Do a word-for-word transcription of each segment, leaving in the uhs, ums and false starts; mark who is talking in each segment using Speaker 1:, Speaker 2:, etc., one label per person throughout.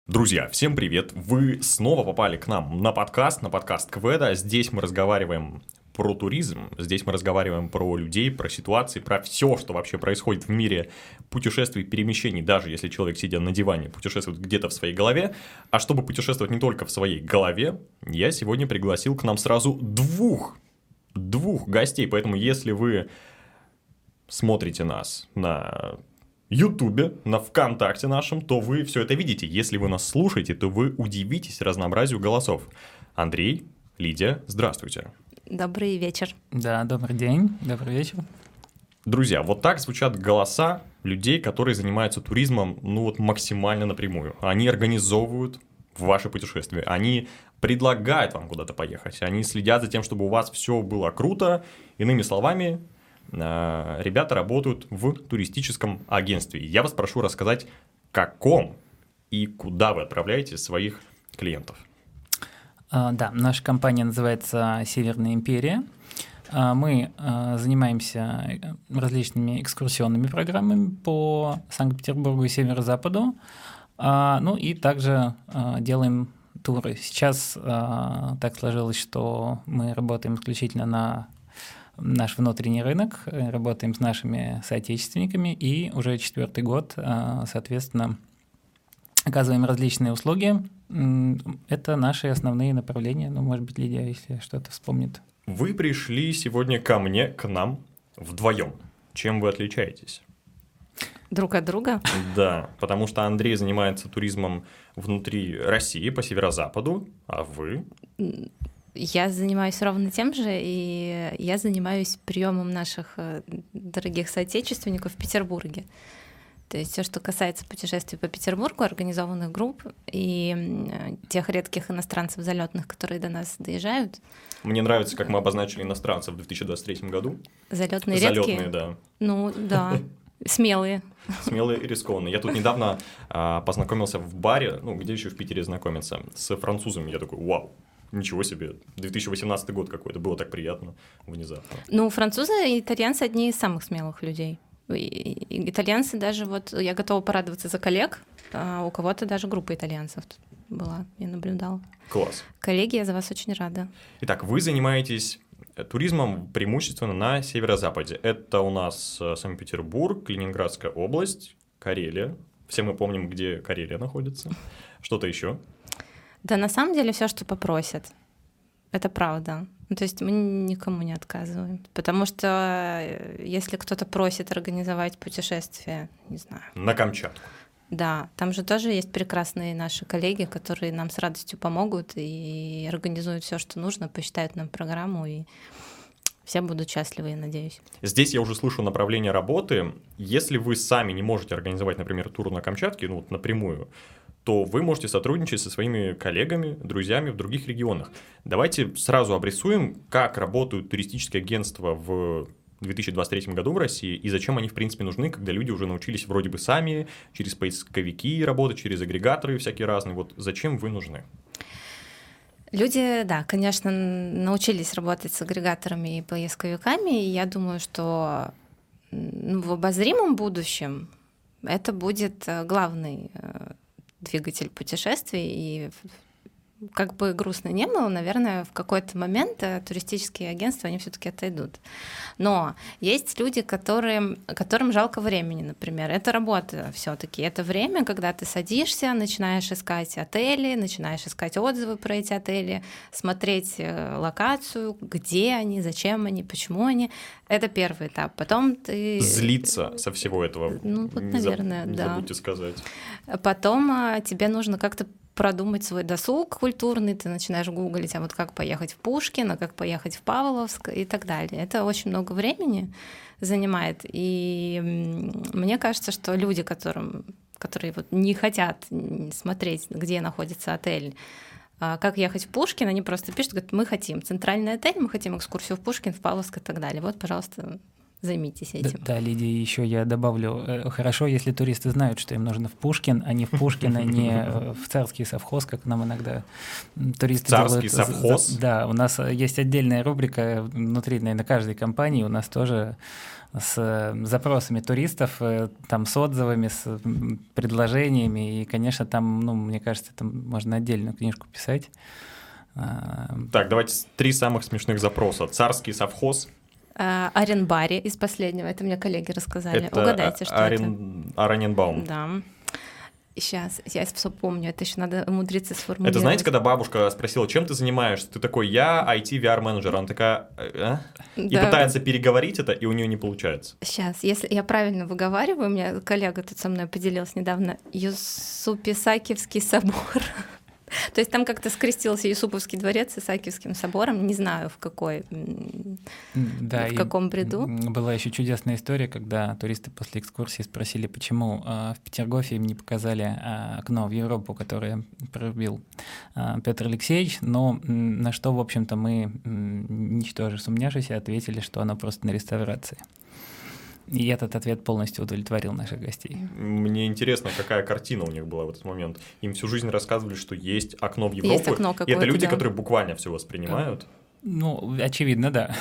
Speaker 1: Друзья, всем привет! Вы снова попали к нам на подкаст, на подкаст Кведа. Здесь мы разговариваем про туризм, здесь мы разговариваем про людей, про ситуации, про все, что вообще происходит в мире путешествий, перемещений, даже если человек, сидя на диване, путешествует где-то в своей голове. А чтобы путешествовать не только в своей голове, я сегодня пригласил к нам сразу двух, двух гостей. Поэтому если вы смотрите нас на Ютубе, на ВКонтакте нашем, то вы все это видите. Если вы нас слушаете, то вы удивитесь разнообразию голосов. Андрей, Лидия, здравствуйте.
Speaker 2: Добрый вечер.
Speaker 3: Да, добрый день, добрый вечер.
Speaker 1: Друзья, вот так звучат голоса людей, которые занимаются туризмом, ну вот максимально напрямую. Они организовывают ваши путешествия, они предлагают вам куда-то поехать, они следят за тем, чтобы у вас все было круто. Иными словами, ребята работают в туристическом агентстве. Я вас прошу рассказать, каком и куда вы отправляете своих клиентов.
Speaker 3: А, да, наша компания называется «Северная империя». А, мы а, занимаемся различными экскурсионными программами по Санкт-Петербургу и Северо-Западу, а, ну и также а, делаем туры. Сейчас а, так сложилось, что мы работаем исключительно на наш внутренний рынок, работаем с нашими соотечественниками и уже четвертый год, соответственно, оказываем различные услуги. Это наши основные направления. Ну, может быть, Лидия, если что-то вспомнит.
Speaker 1: Вы пришли сегодня ко мне, к нам, вдвоем. Чем вы отличаетесь?
Speaker 2: Друг от друга?
Speaker 1: Да, потому что Андрей занимается туризмом внутри России, по северо-западу, а вы?
Speaker 2: Я занимаюсь ровно тем же, и я занимаюсь приемом наших дорогих соотечественников в Петербурге. То есть все, что касается путешествий по Петербургу, организованных групп и тех редких иностранцев залетных, которые до нас доезжают.
Speaker 1: Мне нравится, как мы обозначили иностранцев в две тысячи двадцать третьем году.
Speaker 2: Залетные редкие?
Speaker 1: Залетные, да.
Speaker 2: Ну, да. Смелые.
Speaker 1: Смелые и рискованные. Я тут недавно а, познакомился в баре, ну, где еще в Питере знакомиться, с французами. Я такой, вау. Ничего себе, две тысячи восемнадцатый год какой-то, было так приятно внезапно.
Speaker 2: Ну, французы и итальянцы одни из самых смелых людей. И итальянцы даже, вот я готова порадоваться за коллег, а у кого-то даже группа итальянцев была, я наблюдала.
Speaker 1: Класс.
Speaker 2: Коллеги, я за вас очень рада.
Speaker 1: Итак, вы занимаетесь туризмом преимущественно на северо-западе. Это у нас Санкт-Петербург, Ленинградская область, Карелия. Все мы помним, где Карелия находится. Что-то еще?
Speaker 2: Да, на самом деле все, что попросят, это правда. Ну, то есть мы никому не отказываем. Потому что если кто-то просит организовать путешествие, не знаю.
Speaker 1: На Камчатку.
Speaker 2: Да, там же тоже есть прекрасные наши коллеги, которые нам с радостью помогут и организуют все, что нужно, посчитают нам программу, и все будут счастливы, я надеюсь.
Speaker 1: Здесь я уже слышу направление работы. Если вы сами не можете организовать, например, тур на Камчатке, ну вот напрямую, то вы можете сотрудничать со своими коллегами, друзьями в других регионах. Давайте сразу обрисуем, как работают туристические агентства в две тысячи двадцать третьем году в России и зачем они, в принципе, нужны, когда люди уже научились вроде бы сами через поисковики работать, через агрегаторы всякие разные. Вот зачем вы нужны?
Speaker 2: Люди, да, конечно, научились работать с агрегаторами и поисковиками, и я думаю, что ну, в обозримом будущем это будет главный двигатель путешествий, и как бы грустно не было, наверное, в какой-то момент туристические агентства, они все-таки отойдут. Но есть люди, которые, которым жалко времени, например. Это работа все-таки. Это время, когда ты садишься, начинаешь искать отели, начинаешь искать отзывы про эти отели, смотреть локацию, где они, зачем они, почему они. Это первый этап. Потом ты...
Speaker 1: Злиться со всего этого.
Speaker 2: Ну, вот, наверное,
Speaker 1: не
Speaker 2: да.
Speaker 1: Не забудьте сказать.
Speaker 2: Потом а, тебе нужно как-то продумать свой досуг культурный, ты начинаешь гуглить, а вот как поехать в Пушкино, как поехать в Павловск и так далее. Это очень много времени занимает, и мне кажется, что люди, которым, которые вот не хотят смотреть, где находится отель, как ехать в Пушкин, они просто пишут, говорят, мы хотим центральный отель, мы хотим экскурсию в Пушкин, в Павловск и так далее. Вот, пожалуйста, займитесь этим.
Speaker 3: Да, да, Лидия, еще я добавлю. Хорошо, если туристы знают, что им нужно в Пушкин, а не в Пушкин, а не в Царский совхоз, как нам иногда туристы
Speaker 1: Царский
Speaker 3: делают.
Speaker 1: совхоз?
Speaker 3: Да, у нас есть отдельная рубрика внутри, наверное, каждой компании, у нас тоже с запросами туристов, там, с отзывами, с предложениями. И, конечно, там, ну, мне кажется, там можно отдельную книжку писать.
Speaker 1: Так, давайте три самых смешных запроса. Царский совхоз.
Speaker 2: Оренбари из последнего. Это мне коллеги рассказали.
Speaker 1: Это
Speaker 2: Угадайте, что
Speaker 1: Орен... это. Ораненбаум.
Speaker 2: Да. Сейчас, я все помню, это еще надо умудриться сформулировать.
Speaker 1: Это знаете, когда бабушка спросила, чем ты занимаешься? Ты такой, я ай ти-ви ар-менеджер. Она такая, а? И да. Пытается переговорить это, и у нее не получается.
Speaker 2: Сейчас, если я правильно выговариваю, у меня коллега тут со мной поделилась недавно, Юсуписакиевский собор. То есть там как-то скрестился Юсуповский дворец с Исаакиевским собором, не знаю в какой, да, в каком бреду.
Speaker 3: Была еще чудесная история, когда туристы после экскурсии спросили, почему в Петергофе им не показали окно в Европу, которое пробил Петр Алексеевич, но на что, в общем-то, мы, ничтоже сумняшися, ответили, что оно просто на реставрации. И этот ответ полностью удовлетворил наших гостей.
Speaker 1: Мне интересно, какая картина у них была в этот момент. Им всю жизнь рассказывали, что есть окно в Европу.
Speaker 2: Есть окно какое-то,
Speaker 1: и это люди,
Speaker 2: да.
Speaker 1: которые буквально все воспринимают.
Speaker 3: Ну, очевидно, да.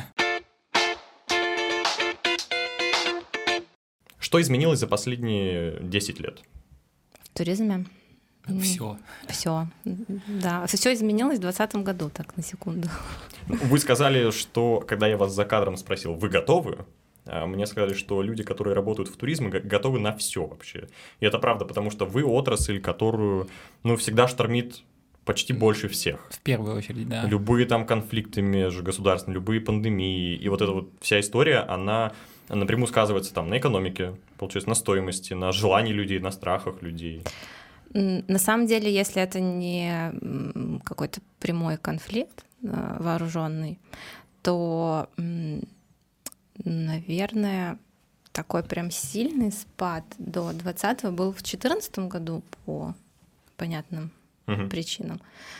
Speaker 1: Что изменилось за последние десять лет?
Speaker 2: В туризме?
Speaker 3: Все.
Speaker 2: Все, да. Все изменилось в двадцатом году, так, на секунду.
Speaker 1: Вы сказали, что, когда я вас за кадром спросил, вы готовы? Мне сказали, что люди, которые работают в туризме, готовы на все вообще. И это правда, потому что вы отрасль, которую, ну, всегда штормит почти больше всех.
Speaker 3: В первую очередь, да.
Speaker 1: Любые там конфликты межгосударственные, любые пандемии. И вот эта вот вся история, она напрямую сказывается там на экономике, получается, на стоимости, на желании людей, на страхах людей.
Speaker 2: На самом деле, если это не какой-то прямой конфликт вооруженный, то... Наверное, такой прям сильный спад до двадцатого был в четырнадцатом году по понятным uh-huh. причинам.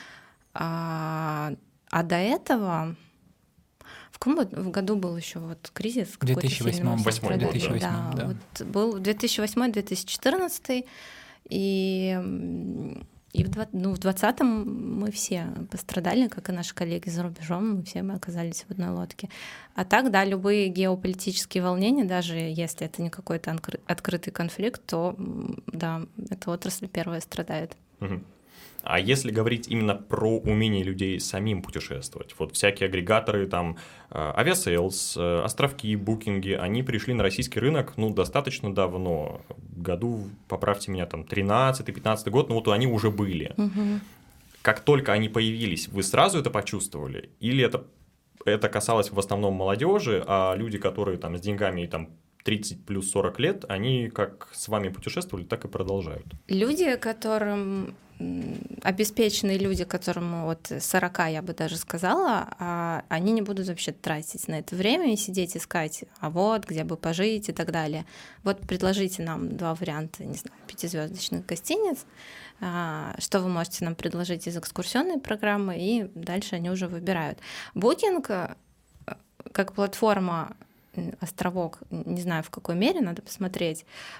Speaker 2: А, а до этого в каком году был еще вот кризис?
Speaker 3: В две тысячи восьмом.
Speaker 1: две тысячи восьмой,
Speaker 2: да,
Speaker 3: да.
Speaker 2: Вот был две тысячи восьмой - две тысячи четырнадцатый, и И в, ну, в двадцатом мы все пострадали, как и наши коллеги за рубежом, мы все мы оказались в одной лодке. А так, да, любые геополитические волнения, даже если это не какой-то открытый конфликт, то, да, эта отрасль первая страдает.
Speaker 1: Угу. А если говорить именно про умение людей самим путешествовать, вот всякие агрегаторы, там, авиасейлс, островки, букинги, они пришли на российский рынок, ну, достаточно давно, году, поправьте меня, там, тринадцатый-пятнадцатый год, ну, вот они уже были.
Speaker 2: Угу.
Speaker 1: Как только они появились, вы сразу это почувствовали? Или это, это касалось в основном молодежи, а люди, которые там с деньгами и там тридцать плюс сорок лет, они как с вами путешествовали, так и продолжают?
Speaker 2: Люди, которым... обеспеченные люди, которым от сорока, я бы даже сказала, они не будут вообще тратить на это время и сидеть искать, а вот, где бы пожить и так далее. Вот предложите нам два варианта, не знаю, пятизвездочных гостиниц, что вы можете нам предложить из экскурсионной программы, и дальше они уже выбирают. Booking как платформа, островок, не знаю в какой мере, надо посмотреть,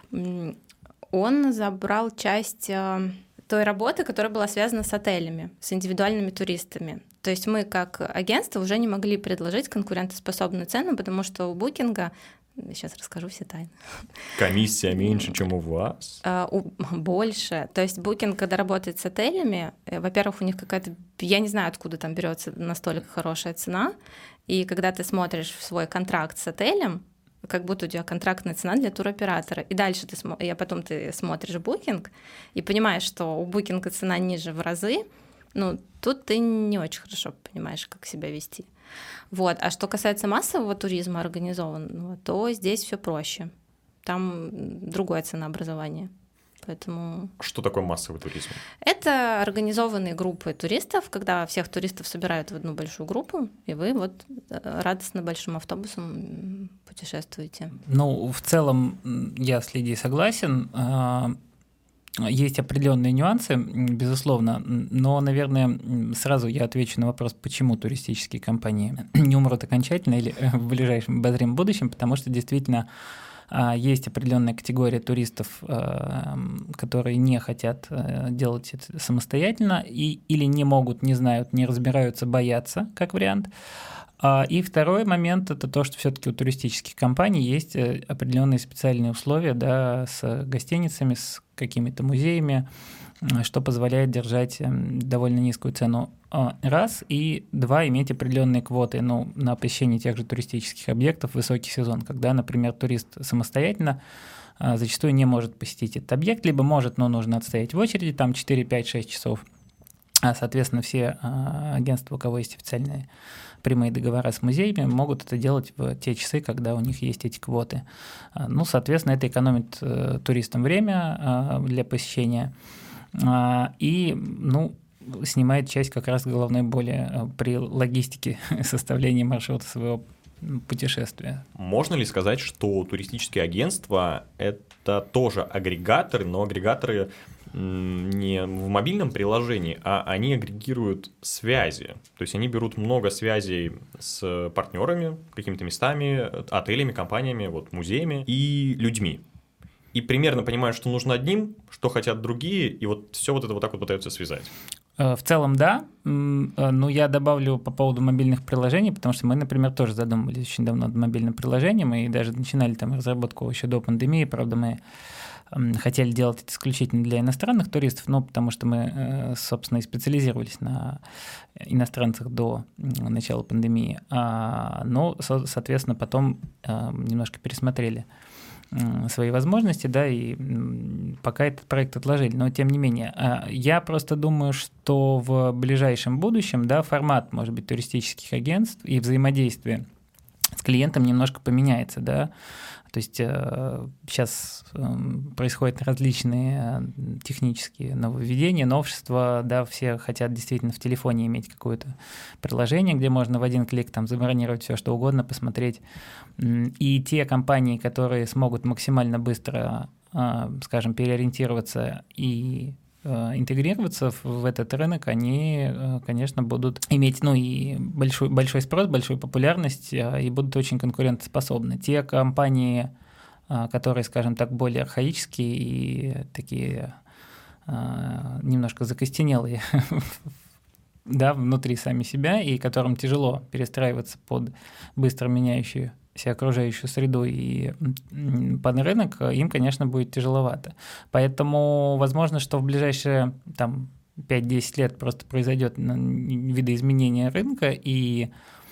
Speaker 2: он забрал часть той работы, которая была связана с отелями, с индивидуальными туристами. То есть мы, как агентство, уже не могли предложить конкурентоспособную цену, потому что у букинга, сейчас расскажу все тайны.
Speaker 1: Комиссия меньше, чем у вас?
Speaker 2: Больше. То есть букинг, когда работает с отелями, во-первых, у них какая-то, я не знаю, откуда там берется настолько хорошая цена, и когда ты смотришь в свой контракт с отелем, как будто у тебя контрактная цена для туроператора. И дальше ты, смо... и потом ты смотришь букинг и понимаешь, что у букинга цена ниже в разы, ну, тут ты не очень хорошо понимаешь, как себя вести. Вот. А что касается массового туризма организованного, то здесь все проще. Там другое ценообразование. Поэтому...
Speaker 1: Что такое массовый туризм?
Speaker 2: Это организованные группы туристов, когда всех туристов собирают в одну большую группу, и вы вот радостно большим автобусом путешествуете.
Speaker 3: Ну, в целом я с Лидией согласен. Есть определенные нюансы, безусловно, но, наверное, сразу я отвечу на вопрос, почему туристические компании не умрут окончательно или в ближайшем обозримом будущем, потому что действительно есть определенная категория туристов, которые не хотят делать это самостоятельно и, или не могут, не знают, не разбираются, боятся, как вариант. И второй момент – это то, что все-таки у туристических компаний есть определенные специальные условия, да, с гостиницами, с какими-то музеями, что позволяет держать довольно низкую цену. Раз. И два, иметь определенные квоты, ну, на посещение тех же туристических объектов в высокий сезон, когда, например, турист самостоятельно зачастую не может посетить этот объект, либо может, но нужно отстоять в очереди, там четыре, пять, шесть часов. А, соответственно, все агентства, у кого есть официальные прямые договора с музеями, могут это делать в те часы, когда у них есть эти квоты. Ну, соответственно, это экономит туристам время для посещения и, ну, снимает часть как раз головной боли при логистике составления маршрута своего путешествия.
Speaker 1: Можно ли сказать, что туристические агентства – это тоже агрегаторы, но агрегаторы не в мобильном приложении, а они агрегируют связи. То есть они берут много связей с партнерами, какими-то местами, отелями, компаниями, вот, музеями и людьми. И примерно понимают, что нужно одним, что хотят другие, и вот все вот это вот так вот пытаются связать.
Speaker 3: В целом, да. Ну, я добавлю по поводу мобильных приложений, потому что мы, например, тоже задумывались очень давно над мобильным приложением, и даже начинали там разработку еще до пандемии. Правда, мы хотели делать это исключительно для иностранных туристов, ну, потому что мы, собственно, и специализировались на иностранцах до начала пандемии. Но, соответственно, потом немножко пересмотрели свои возможности, да, и пока этот проект отложили. Но, тем не менее, я просто думаю, что в ближайшем будущем, да, формат, может быть, туристических агентств и взаимодействие с клиентом немножко поменяется, да. То есть э, сейчас э, происходят различные технические нововведения, новшества, да, все хотят действительно в телефоне иметь какое-то приложение, где можно в один клик там забронировать все, что угодно, посмотреть. И те компании, которые смогут максимально быстро, э, скажем, переориентироваться и интегрироваться в этот рынок, они, конечно, будут иметь, ну, и большой, большой спрос, большую популярность, и будут очень конкурентоспособны. Те компании, которые, скажем так, более архаические и такие немножко закостенелые, да, внутри сами себя, и которым тяжело перестраиваться под быстро меняющую всю окружающую среду и под рынок, им, конечно, будет тяжеловато. Поэтому возможно, что в ближайшие там, пять-десять лет просто произойдет видоизменение рынка и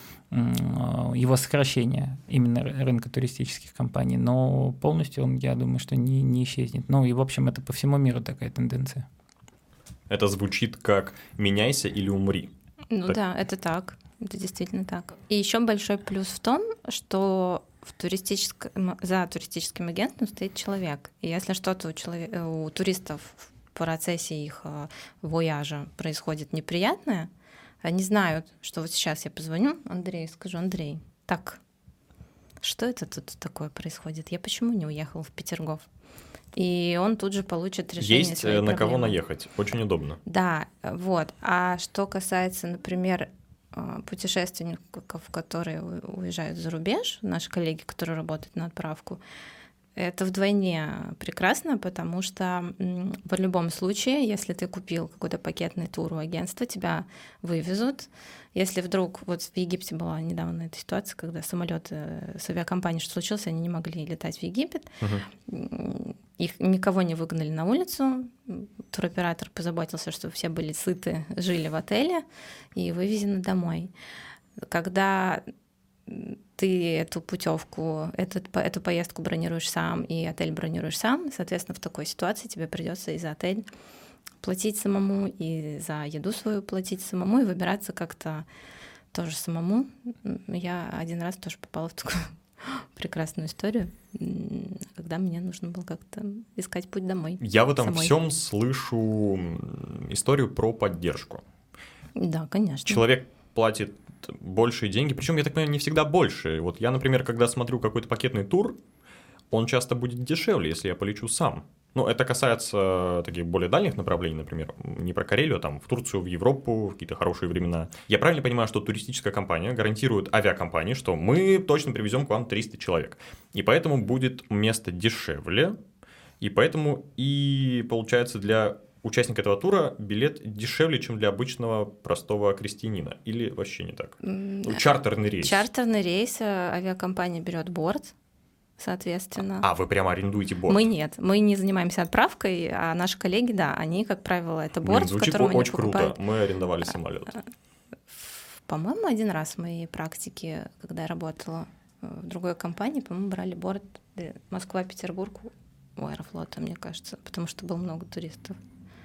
Speaker 3: его сокращение, именно рынка туристических компаний, но полностью он, я думаю, что не, не исчезнет. Ну и, в общем, это по всему миру такая тенденция.
Speaker 1: Это звучит как «меняйся или умри».
Speaker 2: Ну
Speaker 1: так.
Speaker 2: Да, это так. Это действительно так. И еще большой плюс в том, что в туристическом, за туристическим агентом стоит человек. И если что-то у, человек, у туристов в процессе их вояжа происходит неприятное, они знают, что вот сейчас я позвоню Андрею и скажу: Андрей, так, что это тут такое происходит? Я почему не уехал в Петергоф? И он тут же получит решение
Speaker 1: Есть
Speaker 2: своей
Speaker 1: на
Speaker 2: проблемы.
Speaker 1: кого наехать, очень удобно.
Speaker 2: Да, вот. А что касается, например, путешественников, которые уезжают за рубеж, наши коллеги, которые работают на отправку, это вдвойне прекрасно, потому что в любом случае, если ты купил какой-то пакетный тур у агентства, тебя вывезут. Если вдруг, вот в Египте была недавно эта ситуация, когда самолеты с авиакомпанией, что случилось, они не могли летать в Египет, угу. Их никого не выгнали на улицу, туроператор позаботился, чтобы все были сыты, жили в отеле и вывезены домой. Когда ты эту путевку, эту, эту поездку бронируешь сам и отель бронируешь сам, соответственно, в такой ситуации тебе придется и за отель платить самому, и за еду свою платить самому, и выбираться как-то тоже самому. Я один раз тоже попала в такую прекрасную историю, когда мне нужно было как-то искать путь домой.
Speaker 1: Я в этом
Speaker 2: самой.
Speaker 1: всем слышу историю про поддержку.
Speaker 2: Да, конечно.
Speaker 1: Человек платит большие деньги, причем, я так понимаю, не всегда больше. Вот я, например, когда смотрю какой-то пакетный тур, он часто будет дешевле, если я полечу сам. Ну, это касается таких более дальних направлений, например, не про Карелию, а там в Турцию, в Европу, в какие-то хорошие времена. Я правильно понимаю, что туристическая компания гарантирует авиакомпании, что мы точно привезем к вам триста человек, и поэтому будет место дешевле, и поэтому и получается для участника этого тура билет дешевле, чем для обычного простого крестьянина? Или вообще не так? Ну, чартерный рейс.
Speaker 2: Чартерный рейс, авиакомпания берет борт, соответственно.
Speaker 1: А, вы прямо арендуете борт?
Speaker 2: Мы нет, мы не занимаемся отправкой, а наши коллеги, да, они, как правило, это борт,
Speaker 1: Блин,
Speaker 2: в котором они
Speaker 1: очень
Speaker 2: покупают.
Speaker 1: круто. Мы арендовали самолет.
Speaker 2: По-моему, один раз в моей практике, когда я работала в другой компании, по-моему, брали борт Москва-Петербург у Аэрофлота, мне кажется, потому что было много туристов.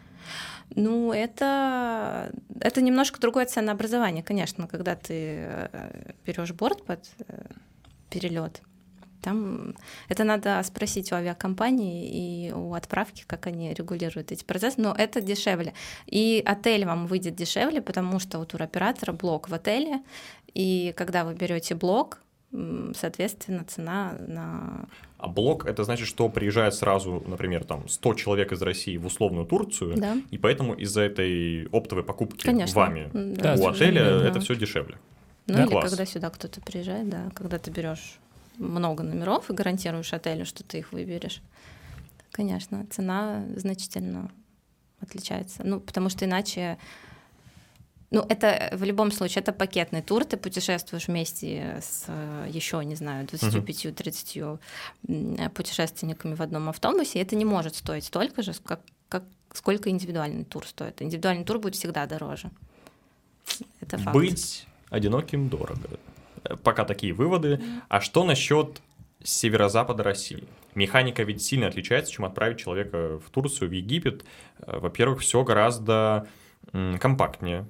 Speaker 2: Ну, это, это немножко другое ценообразование, конечно, когда ты берешь борт под перелет. Там это надо спросить у авиакомпании и у отправки, как они регулируют эти процессы, но это дешевле. И отель вам выйдет дешевле, потому что у туроператора блок в отеле, и когда вы берете блок, соответственно, цена на...
Speaker 1: А блок — это значит, что приезжает сразу, например, там сто человек из России в условную Турцию,
Speaker 2: да.
Speaker 1: И поэтому из-за этой оптовой покупки
Speaker 2: Конечно.
Speaker 1: Вами
Speaker 2: да,
Speaker 1: у отеля
Speaker 2: да.
Speaker 1: это все дешевле.
Speaker 2: Ну
Speaker 1: да?
Speaker 2: или
Speaker 1: Класс.
Speaker 2: когда сюда кто-то приезжает, да, когда ты берешь много номеров и гарантируешь отелю, что ты их выберешь, конечно, цена значительно отличается. Ну, потому что иначе... Ну, это в любом случае, это пакетный тур, ты путешествуешь вместе с еще, не знаю, двадцатью пятью тридцатью путешественниками в одном автобусе, и это не может стоить столько же, как, как, сколько индивидуальный тур стоит. Индивидуальный тур будет всегда дороже. Это факт.
Speaker 1: Быть одиноким дорого. Пока такие выводы. А что насчет северо-запада России? Механика ведь сильно отличается, чем отправить человека в Турцию, в Египет. Во-первых, все гораздо компактнее.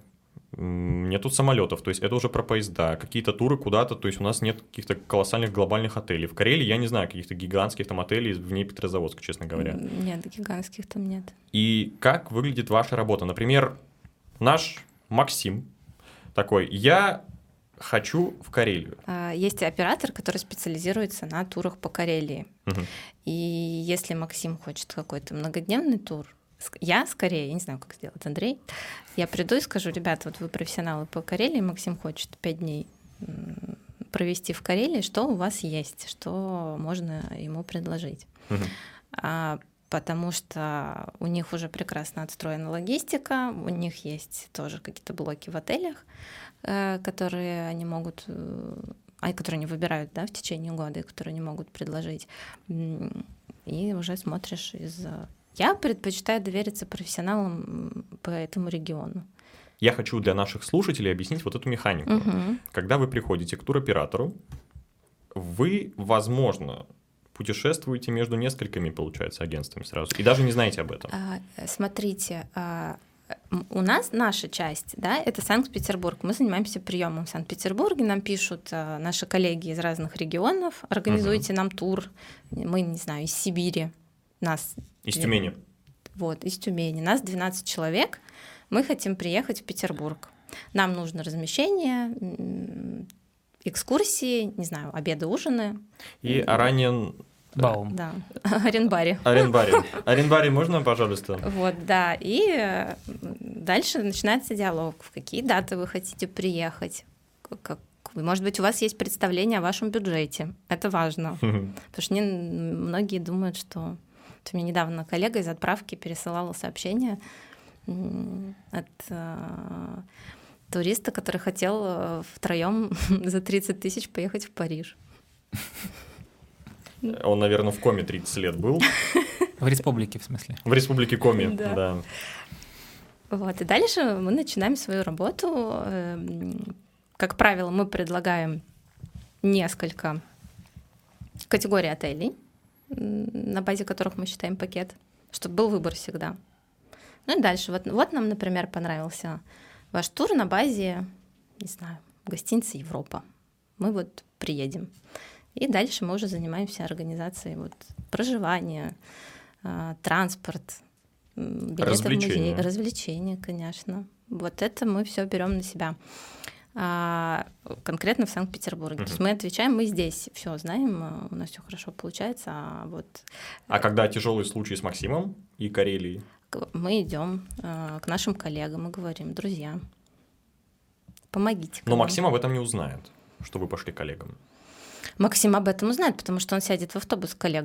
Speaker 1: Нету самолетов, то есть это уже про поезда, какие-то туры куда-то, то есть у нас нет каких-то колоссальных глобальных отелей. В Карелии я не знаю каких-то гигантских там отелей вне Петрозаводска, честно говоря.
Speaker 2: Нет, гигантских там нет.
Speaker 1: И как выглядит ваша работа? Например, наш Максим такой: я хочу в Карелию.
Speaker 2: Есть оператор, который специализируется на турах по Карелии.
Speaker 1: Угу.
Speaker 2: И если Максим хочет какой-то многодневный тур, я скорее, я не знаю, как сделать, Андрей, я приду и скажу: ребята, вот вы профессионалы по Карелии, Максим хочет пять дней провести в Карелии, что у вас есть, что можно ему предложить.
Speaker 1: Угу.
Speaker 2: А, потому что у них уже прекрасно отстроена логистика, у них есть тоже какие-то блоки в отелях, которые они могут, а которые они выбирают, да, в течение года, и которые они могут предложить. И уже смотришь из... Я предпочитаю довериться профессионалам по этому региону.
Speaker 1: Я хочу для наших слушателей объяснить вот эту механику.
Speaker 2: Угу.
Speaker 1: Когда вы приходите к туроператору, вы, возможно, путешествуете между несколькими, получается, агентствами сразу, и даже не знаете об этом.
Speaker 2: А, смотрите, а, у нас наша часть, да, это Санкт-Петербург. Мы занимаемся приемом в Санкт-Петербурге, нам пишут а, наши коллеги из разных регионов: организуйте угу. нам тур, мы, не знаю, из Сибири. Нас...
Speaker 1: Из Тюмени.
Speaker 2: Вот, из Тюмени. Нас двенадцать человек. Мы хотим приехать в Петербург. Нам нужно размещение, экскурсии, не знаю, обеды, ужины.
Speaker 1: И Араньен...
Speaker 3: Баум.
Speaker 2: Да, Оренбари.
Speaker 1: Аренбари. Аренбари можно, пожалуйста?
Speaker 2: Вот, да. И дальше начинается диалог. В какие даты вы хотите приехать? Как... Может быть, у вас есть представление о вашем бюджете. Это важно. Потому что не... многие думают, что... Вот у меня недавно коллега из отправки пересылала сообщение от э, туриста, который хотел втроем за тридцать тысяч поехать в Париж.
Speaker 1: Он, наверное, в Коми тридцать лет был.
Speaker 3: В республике, в смысле?
Speaker 1: В республике Коми,
Speaker 2: да.
Speaker 1: да.
Speaker 2: Вот, и дальше мы начинаем свою работу. Как правило, мы предлагаем несколько категорий отелей, на базе которых мы считаем пакет, чтобы был выбор всегда. Ну и дальше. Вот, вот нам, например, понравился ваш тур на базе, не знаю, гостиницы Европа. Мы вот приедем. И дальше мы уже занимаемся организацией вот проживания, э, транспорт, билеты в музей, развлечения, конечно. Вот это мы все берем на себя. А, конкретно в Санкт-Петербурге. Uh-huh. То есть мы отвечаем, мы здесь все знаем, у нас все хорошо получается. А, вот...
Speaker 1: а когда тяжелый случай с Максимом и Карелией?
Speaker 2: Мы идем э, к нашим коллегам и говорим: друзья, помогите.
Speaker 1: Но Максим об этом не узнает, что вы пошли к коллегам.
Speaker 2: Максим об этом узнает, потому что он сядет в автобус к коллегам.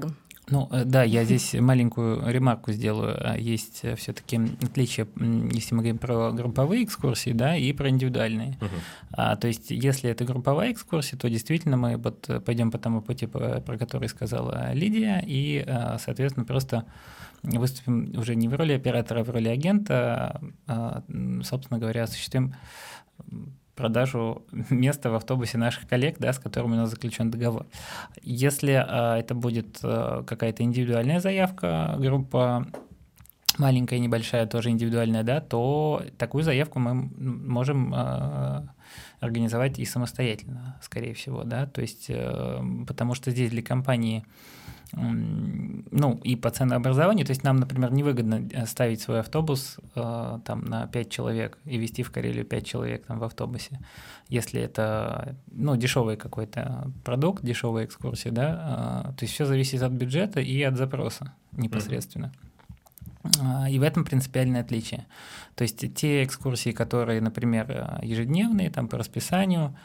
Speaker 3: Ну, да, я здесь маленькую ремарку сделаю. Есть все-таки отличие, если мы говорим про групповые экскурсии, да, и про индивидуальные. Uh-huh. А, то есть, если это групповая экскурсия, то действительно мы вот пойдем по тому пути, про который сказала Лидия, и, соответственно, просто выступим уже не в роли оператора, а в роли агента, а, собственно говоря, осуществим продажу места в автобусе наших коллег, да, с которыми у нас заключен договор. Если а, это будет а, какая-то индивидуальная заявка, группа маленькая, небольшая, тоже индивидуальная, да, то такую заявку мы можем а, организовать и самостоятельно, скорее всего, да, то есть а, потому что здесь для компании, ну, и по ценообразованию, то есть нам, например, невыгодно ставить свой автобус э, там на пять человек и везти в Карелию пять человек там в автобусе, если это, ну, дешевый какой-то продукт, дешевая экскурсия, да, э, то есть все зависит от бюджета и от запроса непосредственно. Mm-hmm. И в этом принципиальное отличие. То есть те экскурсии, которые, например, ежедневные, там по расписанию,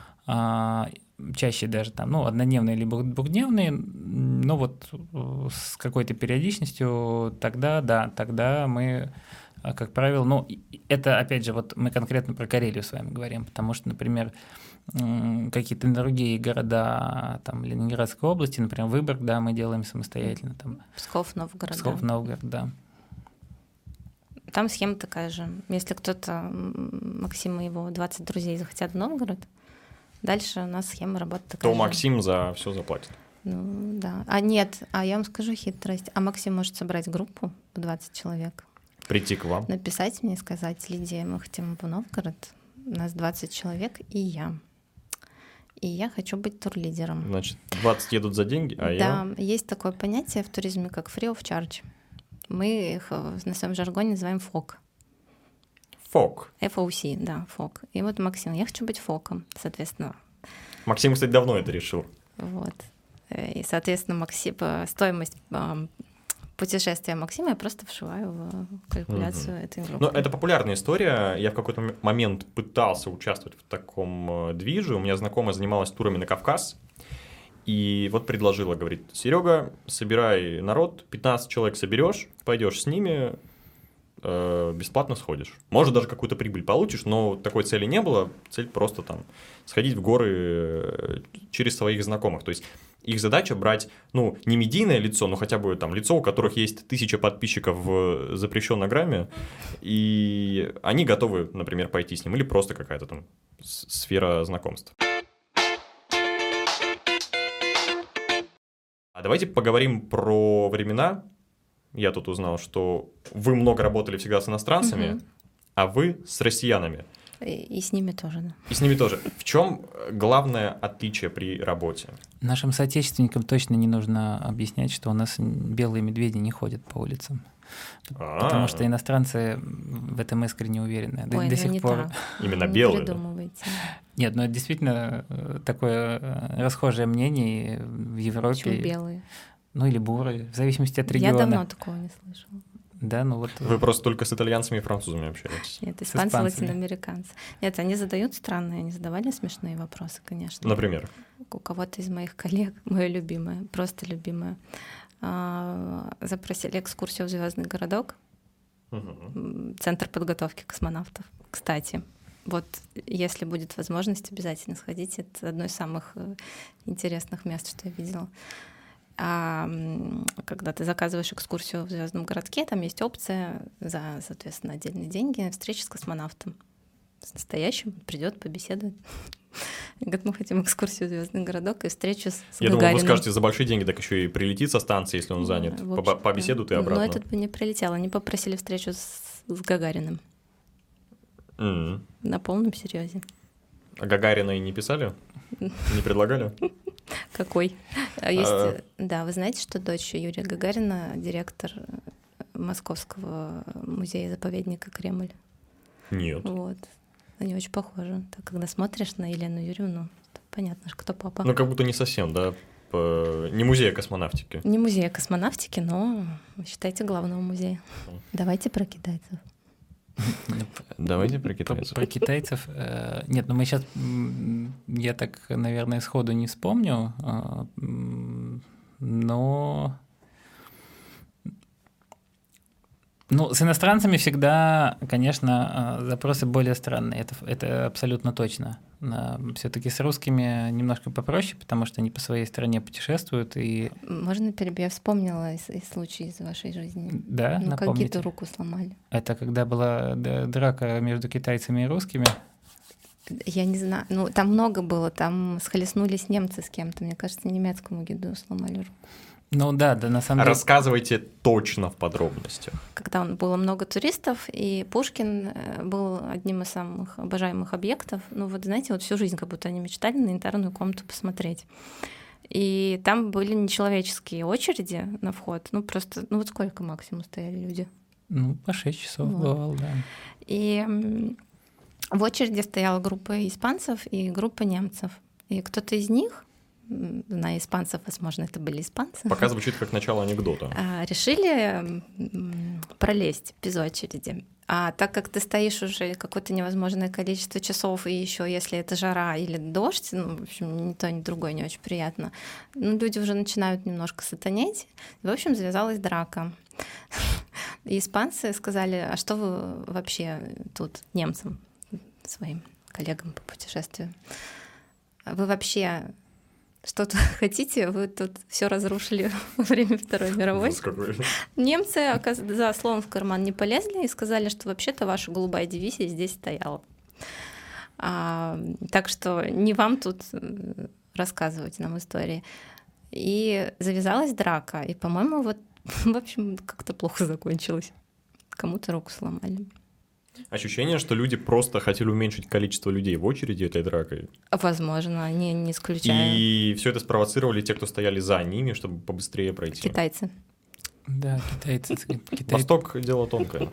Speaker 3: чаще даже там, ну, однодневные либо двухдневные, но вот с какой-то периодичностью, тогда, да, тогда мы, как правило, ну, это, опять же, вот мы конкретно про Карелию с вами говорим, потому что, например, какие-то другие города, там, Ленинградской области, например, Выборг, да, мы делаем самостоятельно. Там,
Speaker 2: Псков, Новгород.
Speaker 3: Псков,
Speaker 2: да.
Speaker 3: Новгород, да.
Speaker 2: Там схема такая же. Если кто-то, Максим и его двадцать друзей захотят в Новгород, дальше у нас схема работает такая
Speaker 1: то
Speaker 2: же.
Speaker 1: Максим за все заплатит.
Speaker 2: Ну, да. А нет, а я вам скажу хитрость. А Максим может собрать группу по двадцать человек.
Speaker 1: Прийти к вам.
Speaker 2: Написать мне и сказать: Лидия, мы хотим в Новгород, у нас двадцать человек и я. И я хочу быть турлидером.
Speaker 1: Значит, двадцать едут за деньги, а
Speaker 2: да,
Speaker 1: я...
Speaker 2: Да, есть такое понятие в туризме, как free of charge. Мы их на своем жаргоне называем фок.
Speaker 1: Фок.
Speaker 2: эф о си, да, фок. И вот Максим, я хочу быть фоком, соответственно.
Speaker 1: Максим, кстати, давно это решил.
Speaker 2: Вот. И, соответственно, Максим, стоимость путешествия Максима я просто вшиваю в калькуляцию угу. этой группы.
Speaker 1: Ну, это популярная история. Я в какой-то момент пытался участвовать в таком движе. У меня знакомая занималась турами на Кавказ. И вот предложила, говорит: Серега, собирай народ, пятнадцать человек соберешь, пойдешь с ними, э, бесплатно сходишь. Может, даже какую-то прибыль получишь, но такой цели не было. Цель просто там сходить в горы через своих знакомых. То есть их задача брать, ну, не медийное лицо, но хотя бы там лицо, у которых есть тысяча подписчиков в запрещенной грамме, и они готовы, например, пойти с ним, или просто какая-то там сфера знакомств. А давайте поговорим про времена. Я тут узнал, что вы много работали всегда с иностранцами, угу. а вы с россиянами.
Speaker 2: И, и с ними тоже, да.
Speaker 1: И с ними тоже. В чем главное отличие при работе?
Speaker 3: Нашим соотечественникам точно не нужно объяснять, что у нас белые медведи не ходят по улицам. А-а-а. Потому что иностранцы в этом искренне уверены. До,
Speaker 2: Ой,
Speaker 3: до
Speaker 2: ну
Speaker 3: сих
Speaker 2: не
Speaker 3: пор.
Speaker 2: так.
Speaker 1: Именно
Speaker 2: не
Speaker 1: белые.
Speaker 2: Придумывайте.
Speaker 3: Нет, ну это действительно такое расхожее мнение в Европе.
Speaker 2: Почему белые?
Speaker 3: Ну или бурые, в зависимости от региона.
Speaker 2: Я давно такого не слышала.
Speaker 3: Да, ну вот...
Speaker 1: Вы просто только с итальянцами и французами общаетесь.
Speaker 2: Нет, испанцы, латиноамериканцы. Нет, они задают странные, они задавали смешные вопросы, конечно.
Speaker 1: Например?
Speaker 2: У кого-то из моих коллег, моя любимая, просто любимая, запросили экскурсию в Звездный городок, угу. Центр подготовки космонавтов. Кстати, вот если будет возможность, обязательно сходите. Это одно из самых интересных мест, что я видела. А когда ты заказываешь экскурсию в Звездном городке, там есть опция за, соответственно, отдельные деньги встречи с космонавтом. С настоящим придет, побеседует. Говорит, мы хотим экскурсию в Звездный городок и встречу с
Speaker 1: Я
Speaker 2: Гагарином.
Speaker 1: думал, вы скажете, за большие деньги так еще и прилетит со станции, если он занят. Ну, побеседует и обратно.
Speaker 2: Но этот бы не прилетел. Они попросили встречу с, с Гагариным.
Speaker 1: Mm-hmm.
Speaker 2: На полном серьезе.
Speaker 1: А Гагарина и не писали? Не предлагали?
Speaker 2: Какой? Есть, да, вы знаете, что дочь Юрия Гагарина директор Московского музея-заповедника Кремль?
Speaker 1: Нет.
Speaker 2: Вот. Они очень похожи. Так, когда смотришь на Елену Юрьевну, понятно, кто папа.
Speaker 1: Ну, как будто не совсем, да? По... Не музея космонавтики.
Speaker 2: Не музея космонавтики, но, считайте, главного музея. Mm. Давайте про китайцев.
Speaker 1: Давайте про китайцев.
Speaker 3: Про китайцев. Нет, ну мы сейчас, я так, наверное, сходу не вспомню, но Ну, с иностранцами всегда, конечно, запросы более странные, это, это абсолютно точно. Все-таки с русскими немножко попроще, потому что они по своей стране путешествуют. И...
Speaker 2: Можно перебью? Я вспомнила из, из случая из вашей жизни.
Speaker 3: Да,
Speaker 2: ну,
Speaker 3: напомните.
Speaker 2: Как гиду руку сломали.
Speaker 3: Это когда была драка между китайцами и русскими?
Speaker 2: Я не знаю. Ну, там много было, там схлестнулись немцы с кем-то. Мне кажется, немецкому гиду сломали руку.
Speaker 3: Ну да, да, на самом деле.
Speaker 1: Рассказывайте точно в подробностях.
Speaker 2: Когда было много туристов, и Пушкин был одним из самых обожаемых объектов. Ну вот, знаете, вот всю жизнь как будто они мечтали на янтарную комнату посмотреть. И там были нечеловеческие очереди на вход. Ну просто, ну вот сколько максимум стояли люди?
Speaker 3: Ну, по шесть часов вот. Бывало, да.
Speaker 2: И в очереди стояла группа испанцев и группа немцев. И кто-то из них, зная испанцев, возможно, это были испанцы.
Speaker 1: Пока звучит как начало анекдота.
Speaker 2: Решили пролезть без очереди. А так как ты стоишь уже какое-то невозможное количество часов, и еще если это жара или дождь, ну, в общем, ни то, ни другое не очень приятно, ну, люди уже начинают немножко сатанеть. И, в общем, завязалась драка. И испанцы сказали: а что вы вообще тут немцам, своим коллегам по путешествию, вы вообще... Что тут хотите? Вы тут все разрушили во время Второй мировой. Немцы за словом в карман не полезли и сказали, что вообще-то ваша голубая дивизия здесь стояла. А, так что не вам тут рассказывать нам истории. И завязалась драка. И, по-моему, вот, в общем, как-то плохо закончилось. Кому-то руку сломали.
Speaker 1: Ощущение, что люди просто хотели уменьшить количество людей в очереди этой дракой.
Speaker 2: Возможно, не, не исключаю.
Speaker 1: И все это спровоцировали те, кто стояли за ними, чтобы побыстрее пройти.
Speaker 2: Китайцы.
Speaker 3: Да, китайцы. Китай...
Speaker 1: Восток — дело тонкое.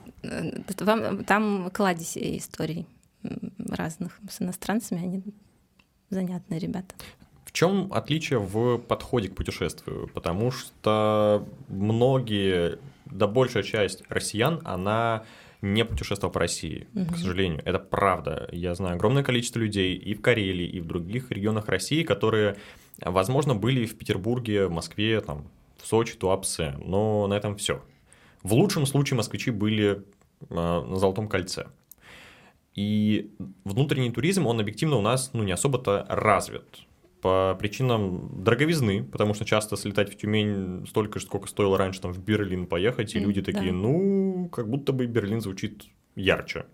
Speaker 2: Там кладезь историй разных с иностранцами, они занятные ребята.
Speaker 1: В чем отличие в подходе к путешествию? Потому что многие, да большая часть россиян, она... не путешествовал по России, угу. к сожалению. Это правда. Я знаю огромное количество людей и в Карелии, и в других регионах России, которые, возможно, были в Петербурге, в Москве, там, в Сочи, Туапсе, но на этом все. В лучшем случае москвичи были э, на Золотом кольце. И внутренний туризм, он объективно у нас ну, не особо-то развит. По причинам дороговизны, потому что часто слетать в Тюмень столько же, сколько стоило раньше там в Берлин поехать, и люди да. такие, ну, как будто бы Берлин звучит ярче.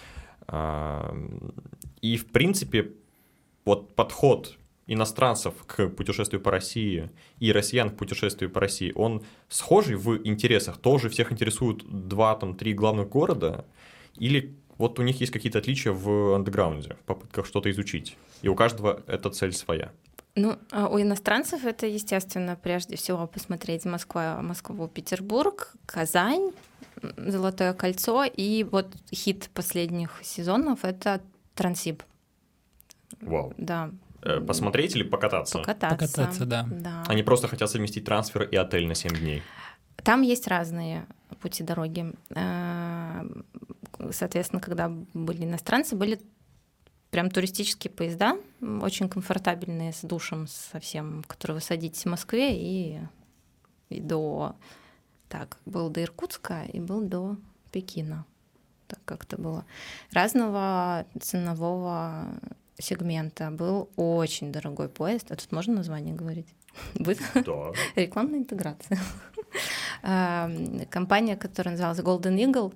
Speaker 1: И, в принципе, вот подход иностранцев к путешествию по России и россиян к путешествию по России, он схожий в интересах? Тоже всех интересуют два, там, три главных города? Или вот у них есть какие-то отличия в андеграунде, в попытках что-то изучить? И у каждого эта цель своя.
Speaker 2: Ну, у иностранцев это, естественно, прежде всего посмотреть Москва, Москву, Петербург, Казань, Золотое кольцо, и вот хит последних сезонов — это Транссиб.
Speaker 1: Вау.
Speaker 2: Да.
Speaker 1: Посмотреть или покататься?
Speaker 2: Покататься.
Speaker 3: Покататься, да.
Speaker 2: да.
Speaker 1: Они просто хотят совместить трансфер и отель на семь дней.
Speaker 2: Там есть разные пути дороги. Соответственно, когда были иностранцы, были прям туристические поезда, очень комфортабельные, с душем совсем, в которые вы садитесь в Москве и, и до... Так, был до Иркутска и был до Пекина. Так как-то было. Разного ценового сегмента. Был очень дорогой поезд. А тут можно название говорить?
Speaker 1: Да.
Speaker 2: Рекламная интеграция. Компания, которая называлась Golden Eagle,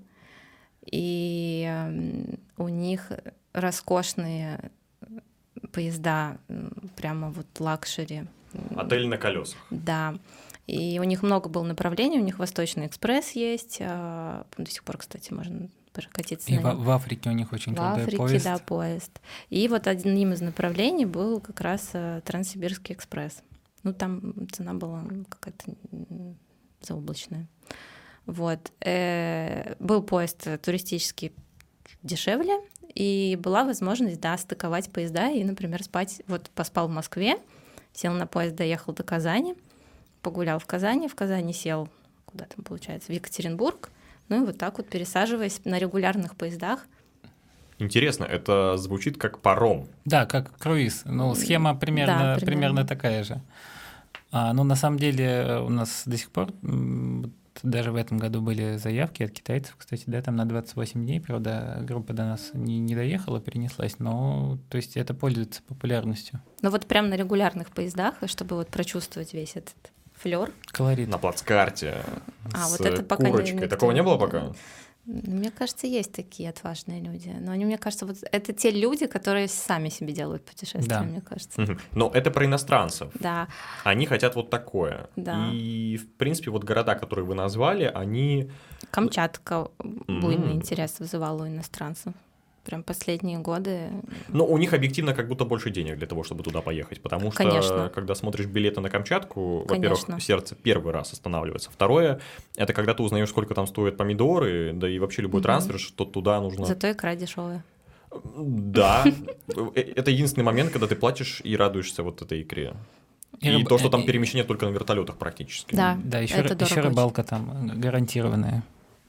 Speaker 2: и у них роскошные поезда, прямо вот лакшери.
Speaker 1: Отель на колесах.
Speaker 2: Да. И у них много было направлений, у них Восточный экспресс есть, до сих пор, кстати, можно прокатиться.
Speaker 3: И в, в Африке у них очень крутой поезд. В Африке,
Speaker 2: да, поезд. И вот одним из направлений был как раз Транссибирский экспресс. Ну, там цена была какая-то заоблачная. Вот. Был поезд туристический дешевле, и была возможность, да, стыковать поезда и, например, спать. Вот поспал в Москве, сел на поезд, доехал до Казани, погулял в Казани, в Казани сел, куда там получается, в Екатеринбург, ну и вот так вот, пересаживаясь на регулярных поездах.
Speaker 1: Интересно, это звучит как паром.
Speaker 3: Да, как круиз. Ну, схема примерно,
Speaker 2: да, примерно.
Speaker 3: примерно такая же. А, ну, на самом деле, у нас до сих пор, даже в этом году были заявки от китайцев, кстати, да, там на двадцать восемь дней, правда, группа до нас не, не доехала, перенеслась, но, то есть, это пользуется популярностью.
Speaker 2: Ну, вот прям на регулярных поездах, чтобы вот прочувствовать весь этот флёр.
Speaker 3: Колорит.
Speaker 1: На плацкарте
Speaker 2: А,
Speaker 1: с
Speaker 2: вот это пока
Speaker 1: курочкой.
Speaker 2: никто...
Speaker 1: Такого не было пока?
Speaker 2: Мне кажется, есть такие отважные люди. Но они, мне кажется, вот это те люди, которые сами себе делают путешествия, да. мне кажется.
Speaker 1: Угу. Но это про иностранцев.
Speaker 2: Да.
Speaker 1: Они хотят вот такое.
Speaker 2: Да.
Speaker 1: И, в принципе, вот города, которые вы назвали, они...
Speaker 2: Камчатка буйный mm. интерес вызывала у иностранцев. Прям последние годы.
Speaker 1: Но у них объективно как будто больше денег для того, чтобы туда поехать, потому что,
Speaker 2: Конечно.
Speaker 1: когда смотришь билеты на Камчатку,
Speaker 2: Конечно.
Speaker 1: во-первых, сердце первый раз останавливается. Второе, это когда ты узнаешь, сколько там стоят помидоры, да и вообще любой угу. трансфер, что туда нужно...
Speaker 2: Зато икра дешевая.
Speaker 1: Да, это единственный момент, когда ты платишь и радуешься вот этой икре. И, и то, что там перемещение только на вертолетах практически.
Speaker 2: Да,
Speaker 3: да, еще, р- еще рыбалка там гарантированная.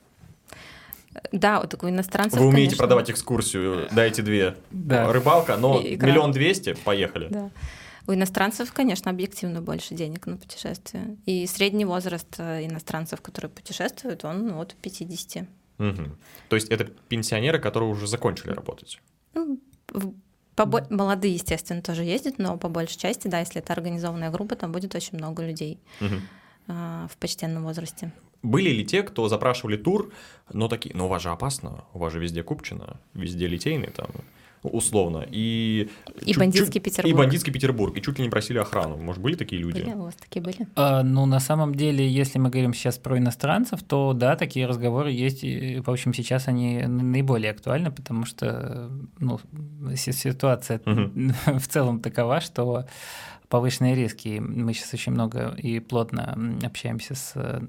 Speaker 2: Да, вот такой иностранцев,
Speaker 1: Вы умеете
Speaker 2: конечно.
Speaker 1: продавать экскурсию, дайте две.
Speaker 3: Да.
Speaker 1: Рыбалка, но миллион двести, поехали.
Speaker 2: Да. У иностранцев, конечно, объективно больше денег на путешествия. И средний возраст иностранцев, которые путешествуют, он от пятидесяти.
Speaker 1: Угу. То есть это пенсионеры, которые уже закончили работать?
Speaker 2: Ну, побо... молодые, естественно, тоже ездят, но по большей части, да, если это организованная группа, там будет очень много людей угу. а, в почтенном возрасте.
Speaker 1: Были ли те, кто запрашивали тур, но такие, ну у вас же опасно, у вас же везде Купчино, везде Литейный там, условно, и...
Speaker 2: И чуть, бандитский
Speaker 1: чуть,
Speaker 2: Петербург.
Speaker 1: И бандитский Петербург, и чуть ли не просили охрану. Может, были такие люди?
Speaker 2: Были, у вас такие были?
Speaker 3: А, ну, на самом деле, если мы говорим сейчас про иностранцев, то да, такие разговоры есть, и, в общем, сейчас они наиболее актуальны, потому что, ну, ситуация угу. в целом такова, что повышенные риски. Мы сейчас очень много и плотно общаемся с...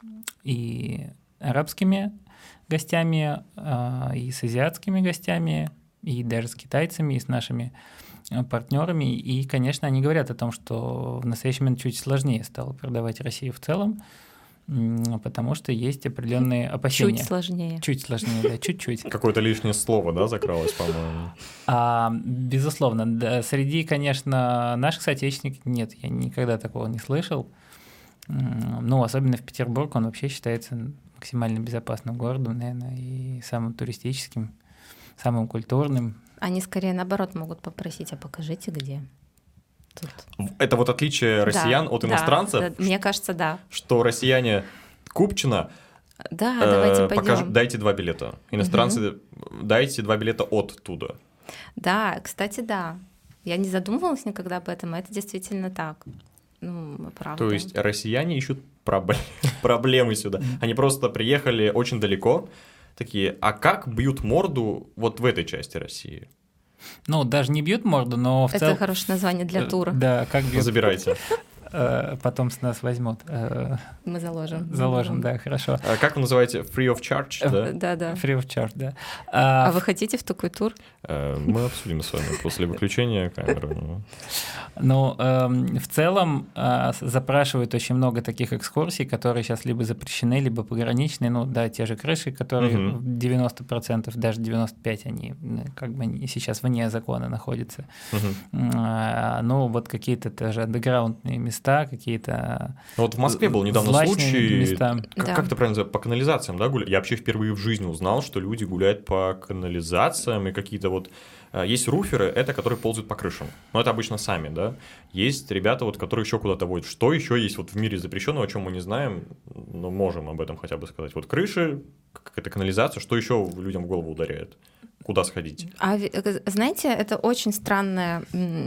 Speaker 3: и арабскими гостями, и с азиатскими гостями, и даже с китайцами, и с нашими партнерами. И, конечно, они говорят о том, что в настоящий момент чуть сложнее стало продавать Россию в целом, потому что есть определенные опасения.
Speaker 2: Чуть сложнее.
Speaker 3: Чуть сложнее, да, чуть-чуть.
Speaker 1: Какое-то лишнее слово, да, закралось, по-моему?
Speaker 3: А, безусловно. Да, среди, конечно, наших соотечественников нет, я никогда такого не слышал. Ну, особенно в Петербург, он вообще считается максимально безопасным городом, наверное, и самым туристическим, самым культурным.
Speaker 2: Они скорее наоборот могут попросить, а покажите где. Тут.
Speaker 1: Это вот отличие россиян
Speaker 2: да,
Speaker 1: от
Speaker 2: да,
Speaker 1: иностранцев?
Speaker 2: Да, мне кажется, да.
Speaker 1: Что россияне Купчино,
Speaker 2: да, э, давайте пойдем.
Speaker 1: Покаж... Дайте два билета. Иностранцы, угу. дайте два билета оттуда.
Speaker 2: Да, кстати, да. Я не задумывалась никогда об этом, а это действительно так. Ну, правда.
Speaker 1: То есть россияне ищут проб... проблемы сюда. Они просто приехали очень далеко, такие, а как бьют морду вот в этой части России?
Speaker 3: Ну, даже не бьют морду, но в целом...
Speaker 2: Это хорошее название для тура.
Speaker 3: Да, как бьют...
Speaker 1: Забирайте.
Speaker 3: Потом с нас возьмут.
Speaker 2: Мы заложим.
Speaker 3: Заложим, да, хорошо.
Speaker 1: А как вы называете? Free of charge, да?
Speaker 2: Да, да.
Speaker 3: Free of charge, да.
Speaker 2: А, а вы хотите в такой тур?
Speaker 1: Мы обсудим с вами после выключения камеры.
Speaker 3: Ну, в целом запрашивают очень много таких экскурсий, которые сейчас либо запрещены, либо пограничные. Ну, да, те же крыши, которые угу. девяносто процентов, даже девяносто пять процентов, они как бы сейчас вне закона находятся. Угу. Ну, вот какие-то тоже андеграундные места, какие-то
Speaker 1: вот в Москве был недавно случай,
Speaker 3: места.
Speaker 1: Как,
Speaker 2: да.
Speaker 1: как это правильно называется, по канализациям, да, гуляют? Я вообще впервые в жизни узнал, что люди гуляют по канализациям и какие-то вот... Есть руферы, это которые ползают по крышам, но это обычно сами, да. Есть ребята, вот, которые еще куда-то водят. Что еще есть вот в мире запрещенного, о чем мы не знаем, но можем об этом хотя бы сказать. Вот крыши, какая-то канализация, что еще людям в голову ударяет? Куда сходить?
Speaker 2: А знаете, это очень странная...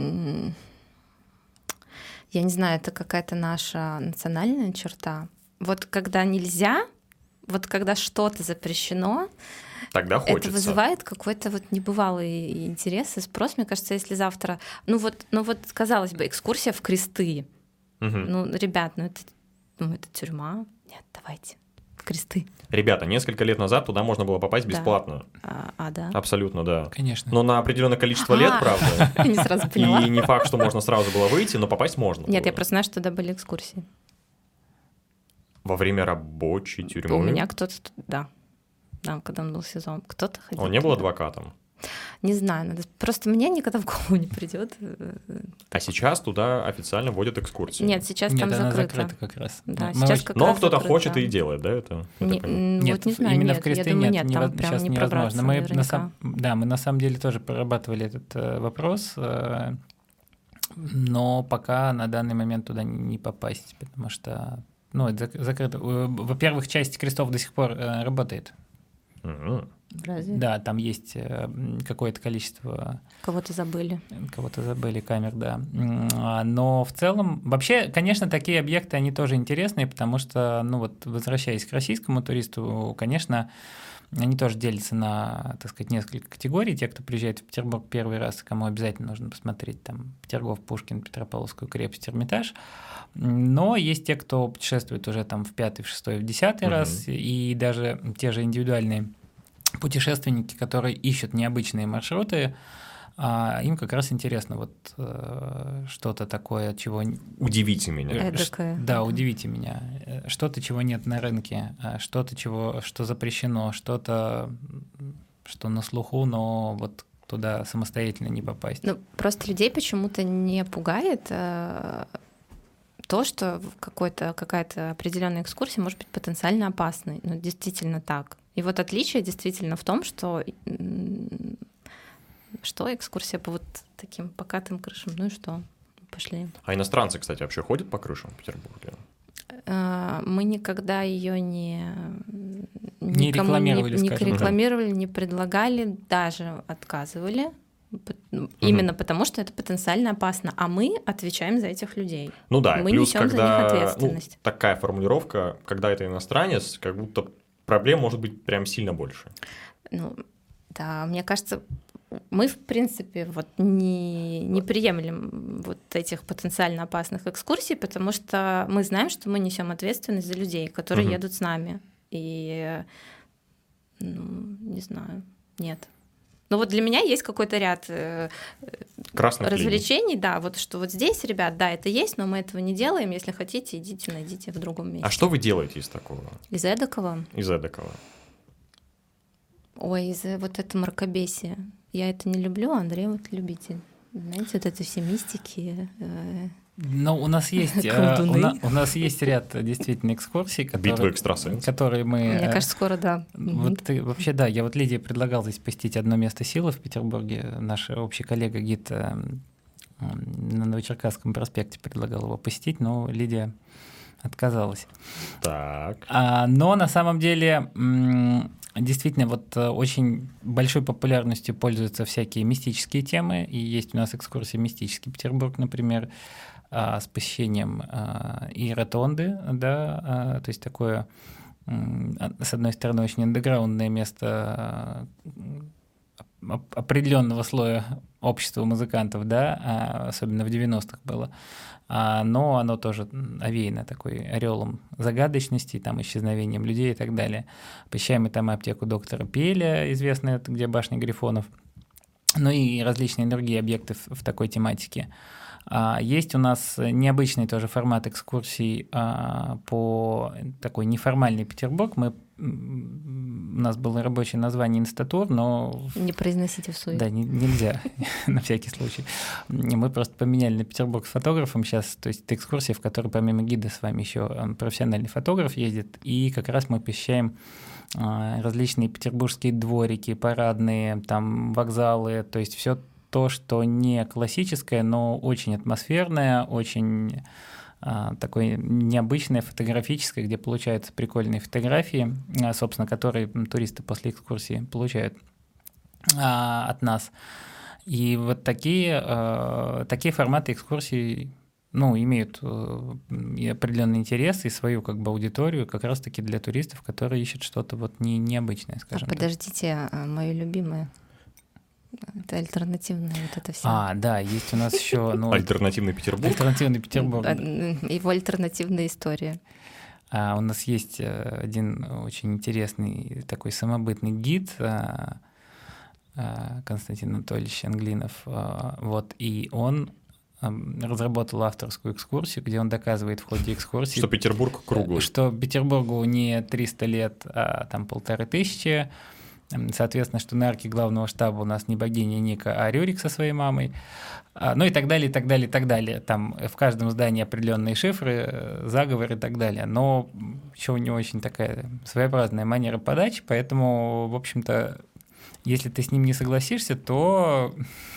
Speaker 2: Я не знаю, это какая-то наша национальная черта. Вот когда нельзя, вот когда что-то запрещено,
Speaker 1: тогда хочется.
Speaker 2: Это вызывает какой-то вот небывалый интерес и спрос. Мне кажется, если завтра... Ну вот, ну вот казалось бы, экскурсия в Кресты. Угу. Ну, ребят, ну это, ну это тюрьма. Нет, давайте. В Кресты.
Speaker 1: Ребята, несколько лет назад туда можно было попасть
Speaker 2: да.
Speaker 1: бесплатно.
Speaker 2: А, а, да?
Speaker 1: Абсолютно, да.
Speaker 3: Конечно.
Speaker 1: Но на определенное количество лет, правда.
Speaker 2: Я не сразу поняла.
Speaker 1: И не факт, что можно сразу было выйти, но попасть можно.
Speaker 2: Нет, я просто знаю, что туда были экскурсии.
Speaker 1: Во время рабочей тюрьмы?
Speaker 2: У меня кто-то... Да. Да, когда он был сезон. Кто-то ходил.
Speaker 1: Он не был адвокатом?
Speaker 2: Не знаю, надо... просто мне никогда в голову не придет.
Speaker 1: А сейчас туда официально вводят экскурсии?
Speaker 2: Нет, сейчас
Speaker 3: Нет,
Speaker 2: там
Speaker 3: она
Speaker 2: закрыто.
Speaker 3: закрыта как раз.
Speaker 2: Да,
Speaker 3: Мы
Speaker 2: сейчас
Speaker 3: очень-
Speaker 2: как
Speaker 1: Но
Speaker 2: раз
Speaker 1: кто-то
Speaker 2: закрыто.
Speaker 1: хочет и делает, да, это? Я
Speaker 2: Не,
Speaker 1: так понимаю.
Speaker 2: м,
Speaker 3: Нет,
Speaker 2: вот не знаю,
Speaker 3: именно
Speaker 2: нет,
Speaker 3: в Кресте
Speaker 2: я думаю,
Speaker 3: нет,
Speaker 2: нет,
Speaker 3: нево-
Speaker 2: там прям
Speaker 3: сейчас
Speaker 2: не
Speaker 3: невозможно.
Speaker 2: пробраться
Speaker 3: Мы на,
Speaker 2: наверняка.
Speaker 3: сам- да, мы на самом деле тоже прорабатывали этот э, вопрос, э, но пока на данный момент туда не, не попасть, потому что, ну, это зак- закрыто. Э, Во-первых, часть крестов до сих пор э, работает.
Speaker 1: Мгм.
Speaker 2: Разве?
Speaker 3: Да, там есть э, какое-то количество,
Speaker 2: Кого-то забыли.
Speaker 3: кого-то забыли, камер, да. М, а, Но в целом, вообще, конечно, такие объекты, они тоже интересные, потому что, ну вот, возвращаясь к российскому туристу, конечно, они тоже делятся на, так сказать, несколько категорий. Те, кто приезжает в Петербург первый раз, кому обязательно нужно посмотреть там Петергоф, Пушкин, Петропавловскую крепость, Эрмитаж. Но есть те, кто путешествует уже там в пятый, в шестой, в десятый
Speaker 1: Мгм.
Speaker 3: раз, и даже те же индивидуальные путешественники, которые ищут необычные маршруты, а, им как раз интересно вот э, что-то такое, чего... н-
Speaker 1: Удивите меня.
Speaker 3: э,
Speaker 2: Эдакое,
Speaker 3: ш- Да,
Speaker 2: да.
Speaker 3: удивите меня. Э, Что-то, чего нет на рынке, а, что-то, чего, что запрещено, что-то, м, что на слуху, но вот туда самостоятельно не попасть.
Speaker 2: Ну, просто людей почему-то не пугает э, то, что в какой-то, какая-то определенная экскурсия может быть потенциально опасной. Ну, действительно так. И вот отличие действительно в том, что м, что экскурсия по вот таким покатым крышам, ну и что? Пошли.
Speaker 1: А иностранцы, кстати, вообще ходят по крышам в Петербурге?
Speaker 2: Э, Мы никогда ее не,
Speaker 3: Не
Speaker 2: никому
Speaker 3: рекламировали,
Speaker 2: не, не
Speaker 3: скажем.
Speaker 2: рекламировали, не предлагали, даже отказывали. П- ну, Именно потому, что это потенциально опасно, а мы отвечаем за этих людей.
Speaker 1: Ну да, и
Speaker 2: Мы
Speaker 1: плюс,
Speaker 2: несём за
Speaker 1: когда
Speaker 2: них
Speaker 1: ну,
Speaker 2: ответственность.
Speaker 1: такая формулировка, когда это иностранец, как будто проблем может быть прям сильно больше.
Speaker 2: Ну, да, мне кажется, мы, в принципе, вот не, не приемлем вот этих потенциально опасных экскурсий, потому что мы знаем, что мы несем ответственность за людей, которые
Speaker 1: Мгм.
Speaker 2: едут с нами. И, ну, не знаю, нет. Ну вот для меня есть какой-то ряд э,
Speaker 1: Красных линий.
Speaker 2: развлечений, да, вот что вот здесь, ребят, да, это есть, но мы этого не делаем. Если хотите, идите, найдите в другом месте.
Speaker 1: А что вы делаете из такого,
Speaker 2: Из эдакого?
Speaker 1: из эдакого?
Speaker 2: Ой, из вот это мракобесие. Я это не люблю, а Андрей вот любитель. Знаете, вот это все мистики. э,
Speaker 3: Но у нас есть, э, у,
Speaker 2: Колдуны.
Speaker 3: на- у нас есть ряд действительно экскурсий,
Speaker 1: Битва
Speaker 3: которые,
Speaker 1: экстрасенсов.
Speaker 3: которые мы...
Speaker 2: Мне
Speaker 3: э,
Speaker 2: кажется, скоро да.
Speaker 3: Вот ты, вообще, да, я вот Лидии предлагал здесь посетить одно место силы в Петербурге. Наш общий коллега-гид э, э, на Новочеркасском проспекте предлагал его посетить, но Лидия отказалась.
Speaker 1: Так.
Speaker 3: А, но на самом деле м, действительно вот э, очень большой популярностью пользуются всякие мистические темы, и есть у нас экскурсия «Мистический Петербург», например, а, с посещением а, и ротонды, да, а, то есть такое, м, а, с одной стороны, очень андеграундное место а, оп- определенного слоя общества музыкантов, да, а, особенно в девяностых было, а, но оно тоже овеяно такой ореолом загадочности, там, исчезновением людей и так далее. Посещаем и там аптеку доктора Пеля, известная, это где башня Грифонов, ну и различные другие объекты в, в такой тематике. А, Есть у нас необычный тоже формат экскурсий а, по такой неформальный Петербург. Мы, м, у нас было рабочее название «Инстатур», но
Speaker 2: Не произносите в суе.
Speaker 3: да, не- нельзя, на всякий случай. Мы просто поменяли на Петербург с фотографом сейчас, то есть это экскурсия, в которой помимо гида с вами еще э, профессиональный фотограф ездит, и как раз мы посещаем э, различные петербургские дворики, парадные, там вокзалы, то есть все то, что не классическое, но очень атмосферное, очень а, такое необычное, фотографическое, где получаются прикольные фотографии, а, собственно, которые м, туристы после экскурсии получают а, от нас. И вот такие, а, такие форматы экскурсий, ну, имеют э, и определенный интерес и свою как бы аудиторию как раз-таки для туристов, которые ищут что-то вот не, необычное,
Speaker 2: А
Speaker 3: скажем так.
Speaker 2: подождите, а, мое любимое. Это альтернативная вот это все.
Speaker 3: А, да, есть у нас еще ну,
Speaker 1: Альтернативный Петербург.
Speaker 3: альтернативный Петербург.
Speaker 2: Его альтернативная история.
Speaker 3: А у нас есть э, один очень интересный такой самобытный гид а, а, Константин Анатольевич Англинов. а, Вот, и он ам, разработал авторскую экскурсию, где он доказывает в ходе экскурсии,
Speaker 1: Что Петербург круглый.
Speaker 3: что Петербургу не триста лет, а там полторы тысячи. Соответственно, что на арке главного штаба у нас не богиня Ника, а Рюрик со своей мамой. Ну и так далее, и так далее, и так далее. Там в каждом здании определенные шифры, заговоры и так далее. Но еще у него очень такая своеобразная манера подачи, поэтому, в общем-то, если ты с ним не согласишься, то...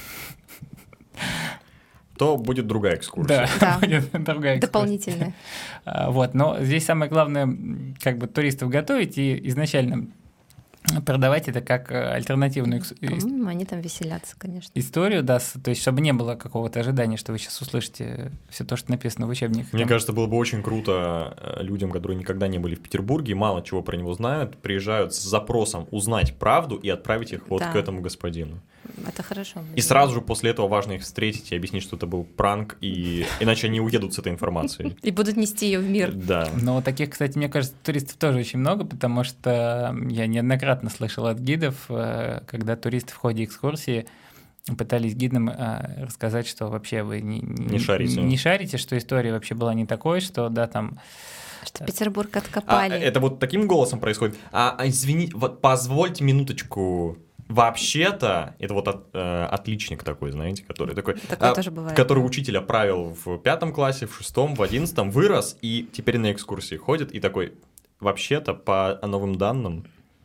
Speaker 1: то будет другая экскурсия.
Speaker 3: Да, да. будет другая экскурсия.
Speaker 2: Дополнительная.
Speaker 3: Вот, но здесь самое главное, как бы туристов готовить и изначально продавать это как альтернативную
Speaker 2: mm, они там веселятся, конечно.
Speaker 3: историю, да, то есть чтобы не было какого-то ожидания, что вы сейчас услышите все то, что написано в учебниках.
Speaker 1: Мне
Speaker 3: там...
Speaker 1: кажется, было бы очень круто людям, которые никогда не были в Петербурге, мало чего про него знают, приезжают с запросом узнать правду и отправить их вот да. к этому господину.
Speaker 2: Это хорошо.
Speaker 1: И сразу же после этого важно их встретить и объяснить, что это был пранк, и иначе они уедут с этой информацией.
Speaker 2: И будут нести ее в мир.
Speaker 1: Да.
Speaker 3: Но таких, кстати, мне кажется, туристов тоже очень много, потому что я неоднократно слышал от гидов, когда туристы в ходе экскурсии пытались гидам рассказать, что вообще вы не,
Speaker 1: не, шарите.
Speaker 3: не шарите, что история вообще была не такой, что да, там...
Speaker 2: Что Петербург откопали.
Speaker 1: А, это вот таким голосом происходит? А, а извините, вот позвольте минуточку... Вообще-то, это вот от, э, отличник такой, знаете, который такой,
Speaker 2: Такое а, тоже бывает,
Speaker 1: который
Speaker 2: да.
Speaker 1: учитель отправил в пятом классе, в шестом, в одиннадцатом, вырос и теперь на экскурсии ходит и такой, вообще-то, по новым данным,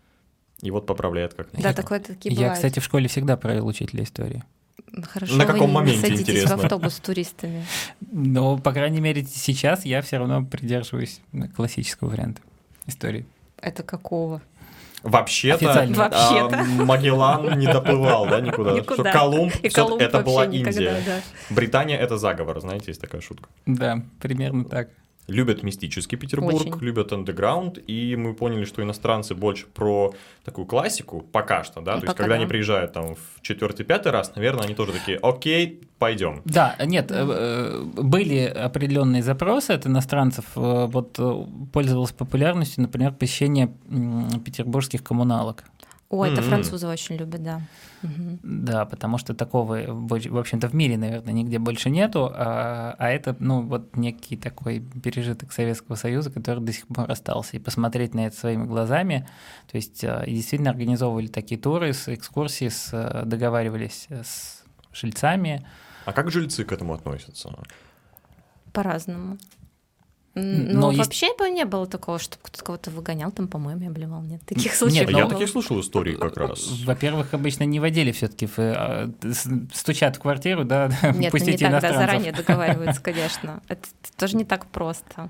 Speaker 1: и вот поправляет как надо.
Speaker 2: Да, такое такие
Speaker 3: Я,
Speaker 2: бывают.
Speaker 3: кстати, в школе всегда правил учителя истории.
Speaker 2: Хорошо,
Speaker 1: на каком
Speaker 2: вы
Speaker 1: моменте,
Speaker 2: не садитесь
Speaker 1: интересно?
Speaker 2: в автобус с туристами.
Speaker 3: Но, по крайней мере, сейчас я все равно придерживаюсь классического варианта истории.
Speaker 2: Это какого?
Speaker 1: Вообще-то,
Speaker 2: Вообще-то.
Speaker 1: А, Магеллан не доплывал, да, никуда.
Speaker 2: никуда.
Speaker 1: Что Колумб,
Speaker 2: И Колумб
Speaker 1: это была
Speaker 2: никогда,
Speaker 1: Индия.
Speaker 2: Да.
Speaker 1: Британия — это заговор, знаете, есть такая шутка.
Speaker 3: Да, примерно так.
Speaker 1: Любят мистический Петербург,
Speaker 2: Очень.
Speaker 1: любят андеграунд, и мы поняли, что иностранцы больше про такую классику пока что, да,
Speaker 2: И
Speaker 1: то
Speaker 2: пока
Speaker 1: есть когда
Speaker 2: да.
Speaker 1: они приезжают там в четвертый-пятый раз, наверное, они тоже такие, окей, пойдем.
Speaker 3: Да, нет, были определенные запросы от иностранцев, вот пользовалась популярностью, например, посещение петербургских коммуналок.
Speaker 2: О, это
Speaker 1: Mm-hmm.
Speaker 2: французы очень любят, да.
Speaker 3: Угу. Да, потому что такого, в общем-то, в мире, наверное, нигде больше нету, а, а это, ну, вот некий такой пережиток Советского Союза, который до сих пор остался. И посмотреть на это своими глазами, то есть и действительно организовывали такие туры, с экскурсии, с, договаривались с жильцами.
Speaker 1: А как жильцы к этому относятся?
Speaker 2: По-разному. Ну,
Speaker 3: Но
Speaker 2: вообще
Speaker 3: есть...
Speaker 2: не было такого, чтобы кто-то кого-то выгонял, там, по-моему, обливал. Нет, таких случаев
Speaker 3: Нет,
Speaker 2: не
Speaker 1: я
Speaker 2: было.
Speaker 1: таких слышал истории как раз.
Speaker 3: Во-первых, обычно не водили все-таки, стучат в квартиру, да,
Speaker 2: Нет,
Speaker 3: пустите
Speaker 2: ну не так,
Speaker 3: иностранцев.
Speaker 2: да, заранее договариваются, конечно. Это тоже не так просто.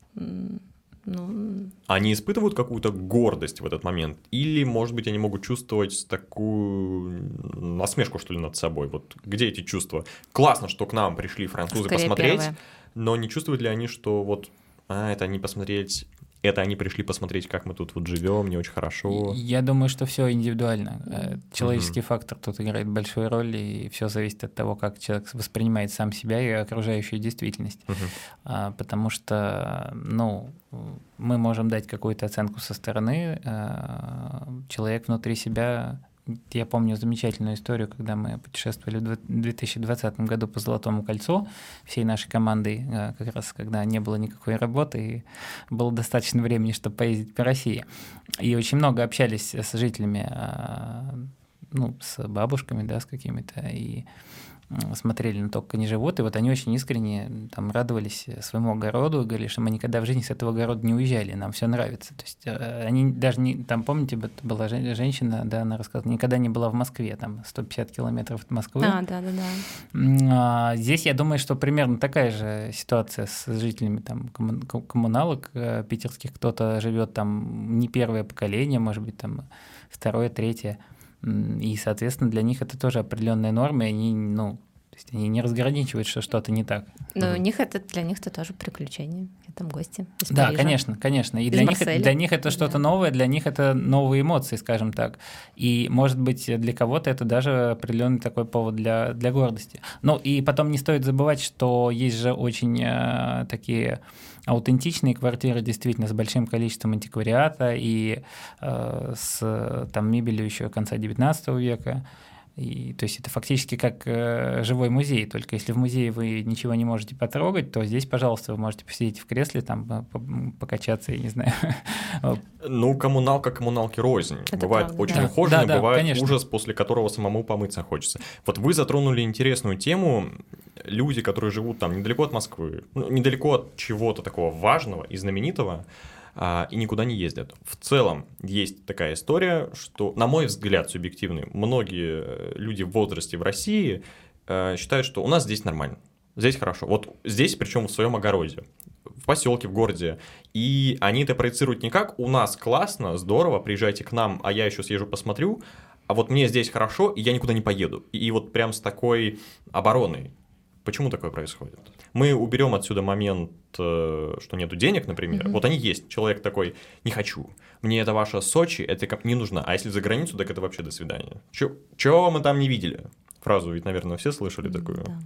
Speaker 2: Ну...
Speaker 1: Они испытывают какую-то гордость в этот момент? Или, может быть, они могут чувствовать такую насмешку, что ли, над собой? Вот где эти чувства? Классно, что к нам пришли французы
Speaker 2: Скорее
Speaker 1: посмотреть,
Speaker 2: первое.
Speaker 1: Но не чувствуют ли они, что вот, а, это они посмотреть, это они пришли посмотреть, как мы тут вот живем, не очень хорошо?
Speaker 3: Я думаю, что все индивидуально. Человеческий mm-hmm. фактор тут играет большую роль, и все зависит от того, как человек воспринимает сам себя и окружающую действительность. Mm-hmm. А, потому что, ну, мы можем дать какую-то оценку со стороны, а человек внутри себя... Я помню замечательную историю, когда мы путешествовали в две тысячи двадцатом году по Золотому кольцу всей нашей командой, как раз когда не было никакой работы и было достаточно времени, чтобы поездить по России. И очень много общались с жителями, ну, с бабушками, да, с какими-то, и смотрели на то, как они живут, и вот они очень искренне там радовались своему огороду, говорили, что мы никогда в жизни с этого огорода не уезжали, нам все нравится. То есть они даже не, там, помните, была женщина, да, она рассказывала, никогда не была в Москве, там сто пятьдесят километров от Москвы.
Speaker 2: А, да, да, да.
Speaker 3: А, здесь, я думаю, что примерно такая же ситуация с жителями там коммуналок питерских, кто-то живет там не первое поколение, может быть, там второе, третье. И, соответственно, для них это тоже определенная норма, и они, ну, то есть они не разграничивают, что что-то не так.
Speaker 2: Но mm-hmm. у них это, для них это тоже приключение. Я там гости из
Speaker 3: Да,
Speaker 2: Парижа.
Speaker 3: конечно, конечно. И
Speaker 2: из
Speaker 3: для них, для них это
Speaker 2: да.
Speaker 3: что-то новое, для них это новые эмоции, скажем так. И, может быть, для кого-то это даже определенный такой повод для, для гордости. Ну, и потом не стоит забывать, что есть же очень э, такие... аутентичные квартиры, действительно, с большим количеством антиквариата и э, с там, мебелью еще конца девятнадцатого века. И, то есть это фактически как э, живой музей, только если в музее вы ничего не можете потрогать, то здесь, пожалуйста, вы можете посидеть в кресле, там покачаться, я не знаю.
Speaker 1: Ну, коммуналка коммуналки рознь.
Speaker 2: Это
Speaker 1: бывает
Speaker 2: правда,
Speaker 1: очень
Speaker 2: да.
Speaker 1: ухоженный,
Speaker 3: Да, да,
Speaker 1: бывает
Speaker 3: конечно.
Speaker 1: ужас, после которого самому помыться хочется. Вот вы затронули интересную тему. Люди, которые живут там недалеко от Москвы, ну, недалеко от чего-то такого важного и знаменитого, а, и никуда не ездят. В целом есть такая история, что, на мой взгляд, субъективный, многие люди в возрасте в России а, считают, что у нас здесь нормально, здесь хорошо. Вот здесь, причем в своем огороде, в поселке, в городе. И они это проецируют не как «у нас классно, здорово, приезжайте к нам, а я еще съезжу посмотрю», а вот мне здесь хорошо, и я никуда не поеду. И, и вот прям с такой обороной. Почему такое происходит? Мы уберем отсюда момент, что нету денег, например. Mm-hmm. Вот они есть. Человек такой: не хочу. Мне это ваше Сочи, это как не нужно. А если за границу, так это вообще до свидания. Чего мы там не видели? Фразу ведь, наверное, все слышали mm-hmm. такую.
Speaker 2: Да.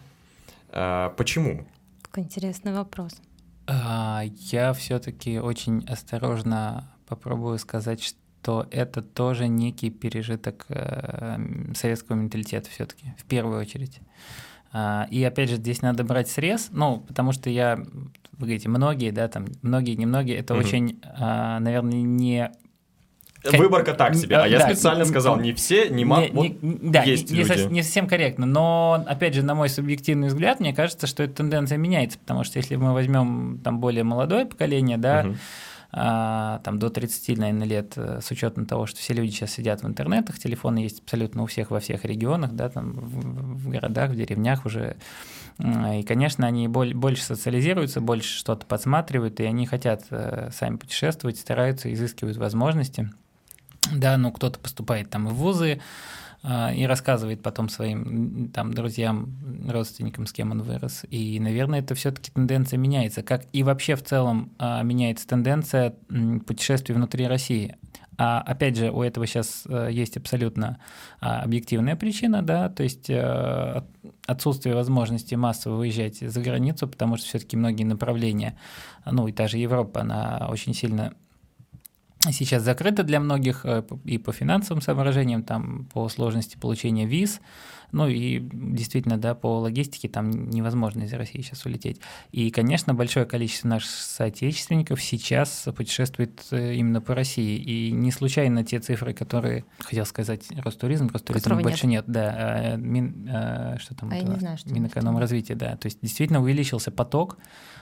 Speaker 1: А, почему?
Speaker 2: Такой интересный вопрос.
Speaker 3: А, я все-таки очень осторожно попробую сказать, что это тоже некий пережиток э, советского менталитета все-таки, в первую очередь. И опять же, здесь надо брать срез, ну, потому что я, вы говорите, многие, да, там, многие, немногие, это угу. очень, наверное, не...
Speaker 1: Выборка так себе, а я
Speaker 3: да,
Speaker 1: специально сказал, не все, не мало, вот
Speaker 3: да,
Speaker 1: есть
Speaker 3: не,
Speaker 1: люди.
Speaker 3: Не, не совсем корректно, но, опять же, на мой субъективный взгляд, мне кажется, что эта тенденция меняется, потому что если мы возьмем там более молодое поколение, да, угу. а, там до тридцати, наверное, лет, с учетом того, что все люди сейчас сидят в интернетах, телефоны есть абсолютно у всех во всех регионах, да, там в, в городах, в деревнях уже. И, конечно, они больше социализируются, больше что-то подсматривают, и они хотят сами путешествовать, стараются, изыскивают возможности. Да, ну кто-то поступает там в вузы и рассказывает потом своим там друзьям, родственникам, с кем он вырос. И, наверное, это все-таки тенденция меняется. Как и вообще в целом меняется тенденция путешествий внутри России. А опять же, у этого сейчас есть абсолютно объективная причина, да, то есть отсутствие возможности массово выезжать за границу, потому что все-таки многие направления, ну и та же Европа, она очень сильно сейчас закрыта для многих и по финансовым соображениям, там, по сложности получения виз, ну и действительно, да, по логистике там невозможно из России сейчас улететь. И, конечно, большое количество наших соотечественников сейчас путешествует именно по России. И не случайно те цифры, которые, хотел сказать, Ростуризм, Ростуризма больше нет, нет да, Мин, что там,
Speaker 2: а
Speaker 3: это,
Speaker 2: я не знаю, что
Speaker 3: Минэкономразвития, да, то есть действительно увеличился поток,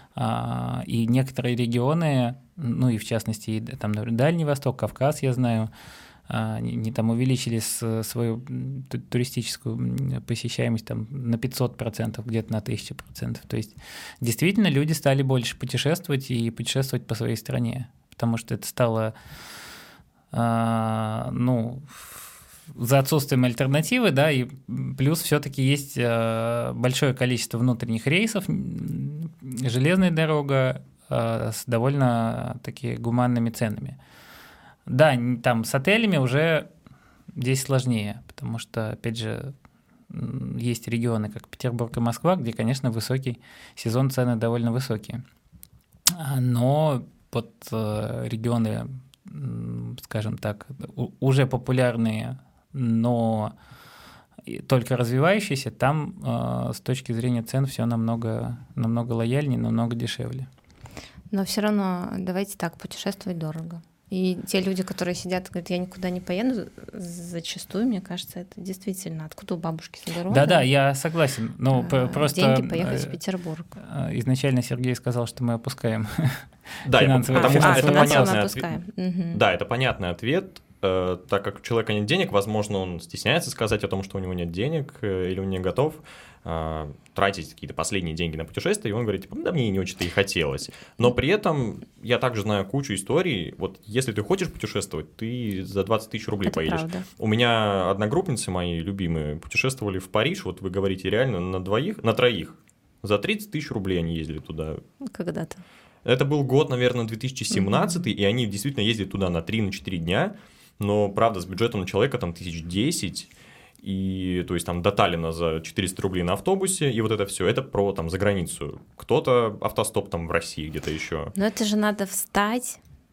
Speaker 3: и некоторые регионы, ну и в частности там, например, Дальний Восток, Кавказ, я знаю, они там увеличили свою туристическую посещаемость там, на пятьсот процентов, где-то на тысячу процентов. То есть действительно люди стали больше путешествовать и путешествовать по своей стране, потому что это стало, ну, за отсутствием альтернативы, да, и плюс все-таки есть большое количество внутренних рейсов, железная дорога с довольно таки гуманными ценами. Да, там с отелями уже здесь сложнее, потому что, опять же, есть регионы, как Петербург и Москва, где, конечно, высокий сезон, цены довольно высокие. Но вот регионы, скажем так, уже популярные, но только развивающиеся, там с точки зрения цен все намного, намного лояльнее, намного дешевле.
Speaker 2: Но все равно давайте так, путешествовать дорого. И те люди, которые сидят и говорят, я никуда не поеду, зачастую, мне кажется, это действительно откуда у бабушки с огорода.
Speaker 3: Да-да, я согласен. Но а, просто
Speaker 2: деньги поехать в Петербург.
Speaker 3: Изначально Сергей сказал, что мы опускаем
Speaker 1: да,
Speaker 3: финансовый
Speaker 1: потому что
Speaker 2: а,
Speaker 1: это понятный
Speaker 2: ответ. Угу.
Speaker 1: Да, это понятный ответ. Так как у человека нет денег, возможно, он стесняется сказать о том, что у него нет денег, или он не готов тратить какие-то последние деньги на путешествия, и он говорит, типа, да мне не очень-то и хотелось. Но при этом я также знаю кучу историй, вот если ты хочешь путешествовать, ты за двадцать тысяч рублей
Speaker 2: это
Speaker 1: поедешь.
Speaker 2: Правда.
Speaker 1: У меня одногруппницы мои любимые путешествовали в Париж, вот вы говорите реально на двоих, на троих, за тридцать тысяч рублей они ездили туда.
Speaker 2: Когда-то.
Speaker 1: Это был год, наверное, две тысячи семнадцатый, mm-hmm. и они действительно ездили туда на три-четыре дня, но, правда, с бюджетом на человека там тысяч десять, и, то есть, там до Таллина за четыреста рублей на автобусе, и вот это все, это про, там, за границу. Кто-то автостоп там в России где-то еще.
Speaker 2: Но это же надо встать,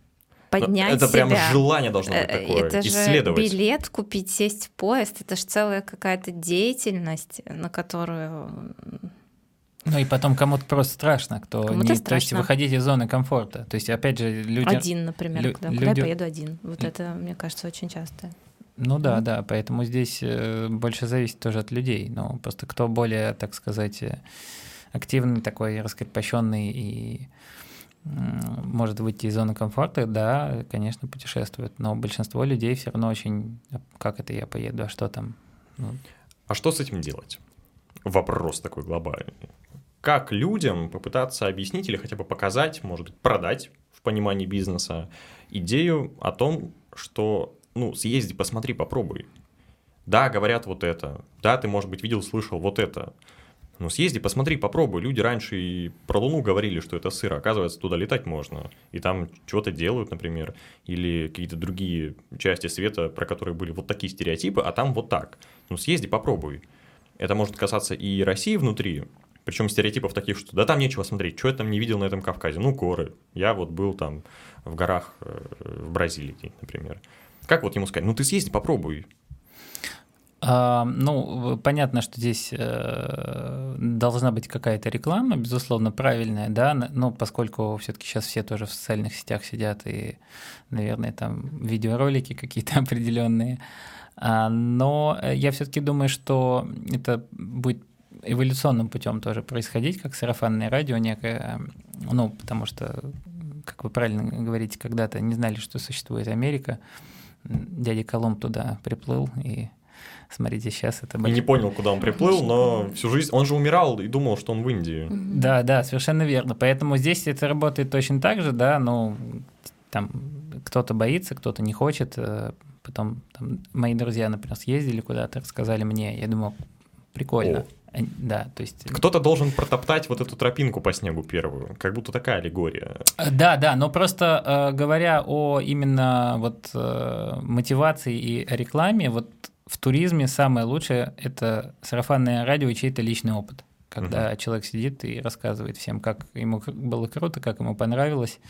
Speaker 2: поднять
Speaker 1: это
Speaker 2: себя.
Speaker 1: Это прям желание должно быть такое,
Speaker 2: это
Speaker 1: исследовать.
Speaker 2: Это же билет купить, сесть в поезд, это же целая какая-то деятельность, на которую...
Speaker 3: Ну и потом кому-то просто страшно, кто
Speaker 2: кому-то
Speaker 3: не,
Speaker 2: страшно.
Speaker 3: То есть выходить из зоны комфорта. То есть опять же люди...
Speaker 2: Один, например,
Speaker 3: лю-
Speaker 2: куда,
Speaker 3: люди...
Speaker 2: куда я поеду один. Вот это, мне кажется, очень часто.
Speaker 3: Ну да, mm-hmm. да, поэтому здесь больше зависит тоже от людей. Но просто кто более, так сказать, активный, такой раскрепощенный и может выйти из зоны комфорта, да, конечно, путешествует. Но большинство людей все равно очень... Как это я поеду, а что там? Ну...
Speaker 1: А что с этим делать? Вопрос такой глобальный. Как людям попытаться объяснить или хотя бы показать, может быть, продать в понимании бизнеса идею о том, что, ну, съезди, посмотри, попробуй. Да, говорят вот это. Да, ты, может быть, видел, слышал вот это. Ну, съезди, посмотри, попробуй. Люди раньше и про Луну говорили, что это сыр. Оказывается, туда летать можно. И там что-то делают, например. Или какие-то другие части света, про которые были вот такие стереотипы, а там вот так. Ну, съезди, попробуй. Это может касаться и России внутри, причем стереотипов таких, что да там нечего смотреть, что я там не видел на этом Кавказе? Ну, горы. Я вот был там в горах в Бразилии, например. Как вот ему сказать? Ну, ты съезди, попробуй.
Speaker 3: А, ну, понятно, что здесь э, должна быть какая-то реклама, безусловно, правильная, да, но поскольку все-таки сейчас все тоже в социальных сетях сидят и, наверное, там видеоролики какие-то определенные. Но я все-таки думаю, что это будет эволюционным путем тоже происходить, как сарафанное радио некое, ну, потому что, как вы правильно говорите, когда-то не знали, что существует Америка, дядя Колумб туда приплыл, и смотрите, сейчас это...
Speaker 1: И не понял, куда он приплыл, но всю жизнь... Он же умирал и думал, что он в Индии.
Speaker 3: Да, да, совершенно верно. Поэтому здесь это работает точно так же, да, ну, там кто-то боится, кто-то не хочет. Потом там, мои друзья, например, съездили куда-то, рассказали мне, я думал, прикольно.
Speaker 1: О.
Speaker 3: Да, то есть...
Speaker 1: Кто-то должен протоптать вот эту тропинку по снегу первую, как будто такая аллегория.
Speaker 3: Да, да, но просто говоря о именно вот мотивации и рекламе, вот в туризме самое лучшее – это сарафанное радио и чей-то личный опыт. Когда uh-huh. человек сидит и рассказывает всем, как ему было круто, как ему понравилось,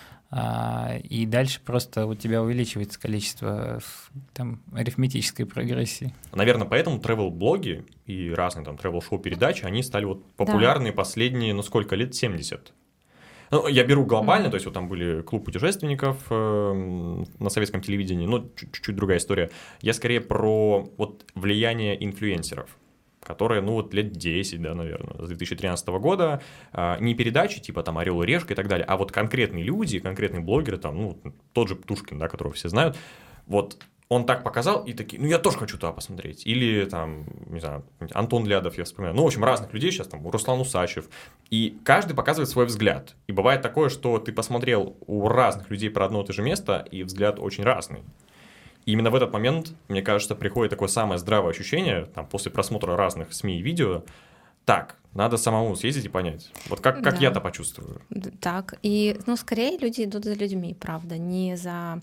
Speaker 3: и дальше просто у тебя увеличивается количество там, арифметической прогрессии.
Speaker 1: Наверное, поэтому travel-блоги и разные там travel-шоу-передачи, они стали вот популярны да. последние, ну сколько лет, семьдесят. Ну, я беру глобально, mm-hmm. то есть вот там были клуб путешественников э, на советском телевидении, ну, чуть-чуть другая история. Я скорее про вот влияние инфлюенсеров, которые, ну, вот лет десять, да, наверное, с две тысячи тринадцатого года, э, не передачи типа там «Орел и решка» и так далее, а вот конкретные люди, конкретные блогеры, там, ну, тот же Птушкин, да, которого все знают, вот он так показал, и такие, ну, я тоже хочу туда посмотреть. Или там, не знаю, Антон Лядов, я вспоминаю. Ну, в общем, разных людей сейчас, там, Руслан Усачев. И каждый показывает свой взгляд. И бывает такое, что ты посмотрел у разных людей про одно и то же место, и взгляд очень разный. И именно в этот момент, мне кажется, приходит такое самое здравое ощущение, там, после просмотра разных СМИ и видео, так, надо самому съездить и понять. Вот как, как да. я-то почувствую.
Speaker 2: Так, и, ну, скорее люди идут за людьми, правда, не за...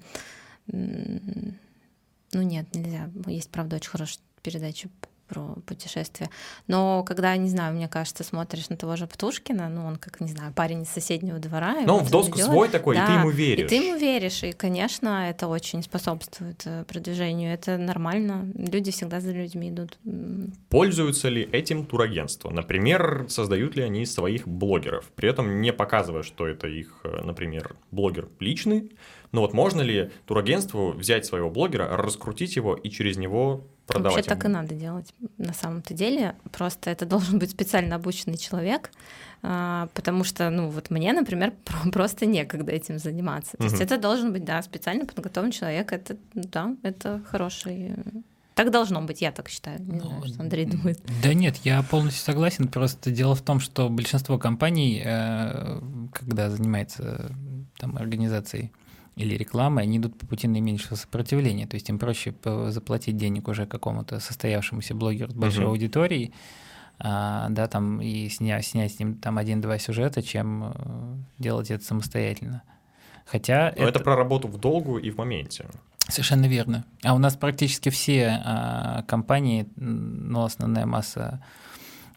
Speaker 2: Ну нет, нельзя. Есть, правда, очень хорошая передача про путешествия. Но когда, не знаю, мне кажется, смотришь на того же Птушкина, ну он как, не знаю, парень из соседнего двора.
Speaker 1: Но он в доску идет, свой такой, да, и ты ему веришь.
Speaker 2: И ты ему веришь, и, конечно, это очень способствует продвижению. Это нормально. Люди всегда за людьми идут.
Speaker 1: Пользуются ли этим турагентства? Например, создают ли они своих блогеров, при этом не показывая, что это их, например, блогер личный. Но вот можно ли турагентству взять своего блогера, раскрутить его и через него продавать?
Speaker 2: Вообще
Speaker 1: ему?
Speaker 2: Так и надо делать на самом-то деле. Просто это должен быть специально обученный человек, потому что, ну вот мне, например, просто некогда этим заниматься. То угу. есть это должен быть, да, специально подготовленный человек. Это, да, это хороший... Так должно быть, я так считаю. Не ну, знаю, что Андрей думает.
Speaker 3: Да нет, я полностью согласен. Просто дело в том, что большинство компаний, когда занимается там, организацией или рекламой, они идут по пути наименьшего сопротивления. То есть им проще заплатить денег уже какому-то состоявшемуся блогеру с большой uh-huh. аудиторией, а, да, там, и снять, снять с ним там один-два сюжета, чем делать это самостоятельно. Хотя
Speaker 1: это... это про работу в долгу и в моменте.
Speaker 3: Совершенно верно. А у нас практически все а, компании, ну, основная масса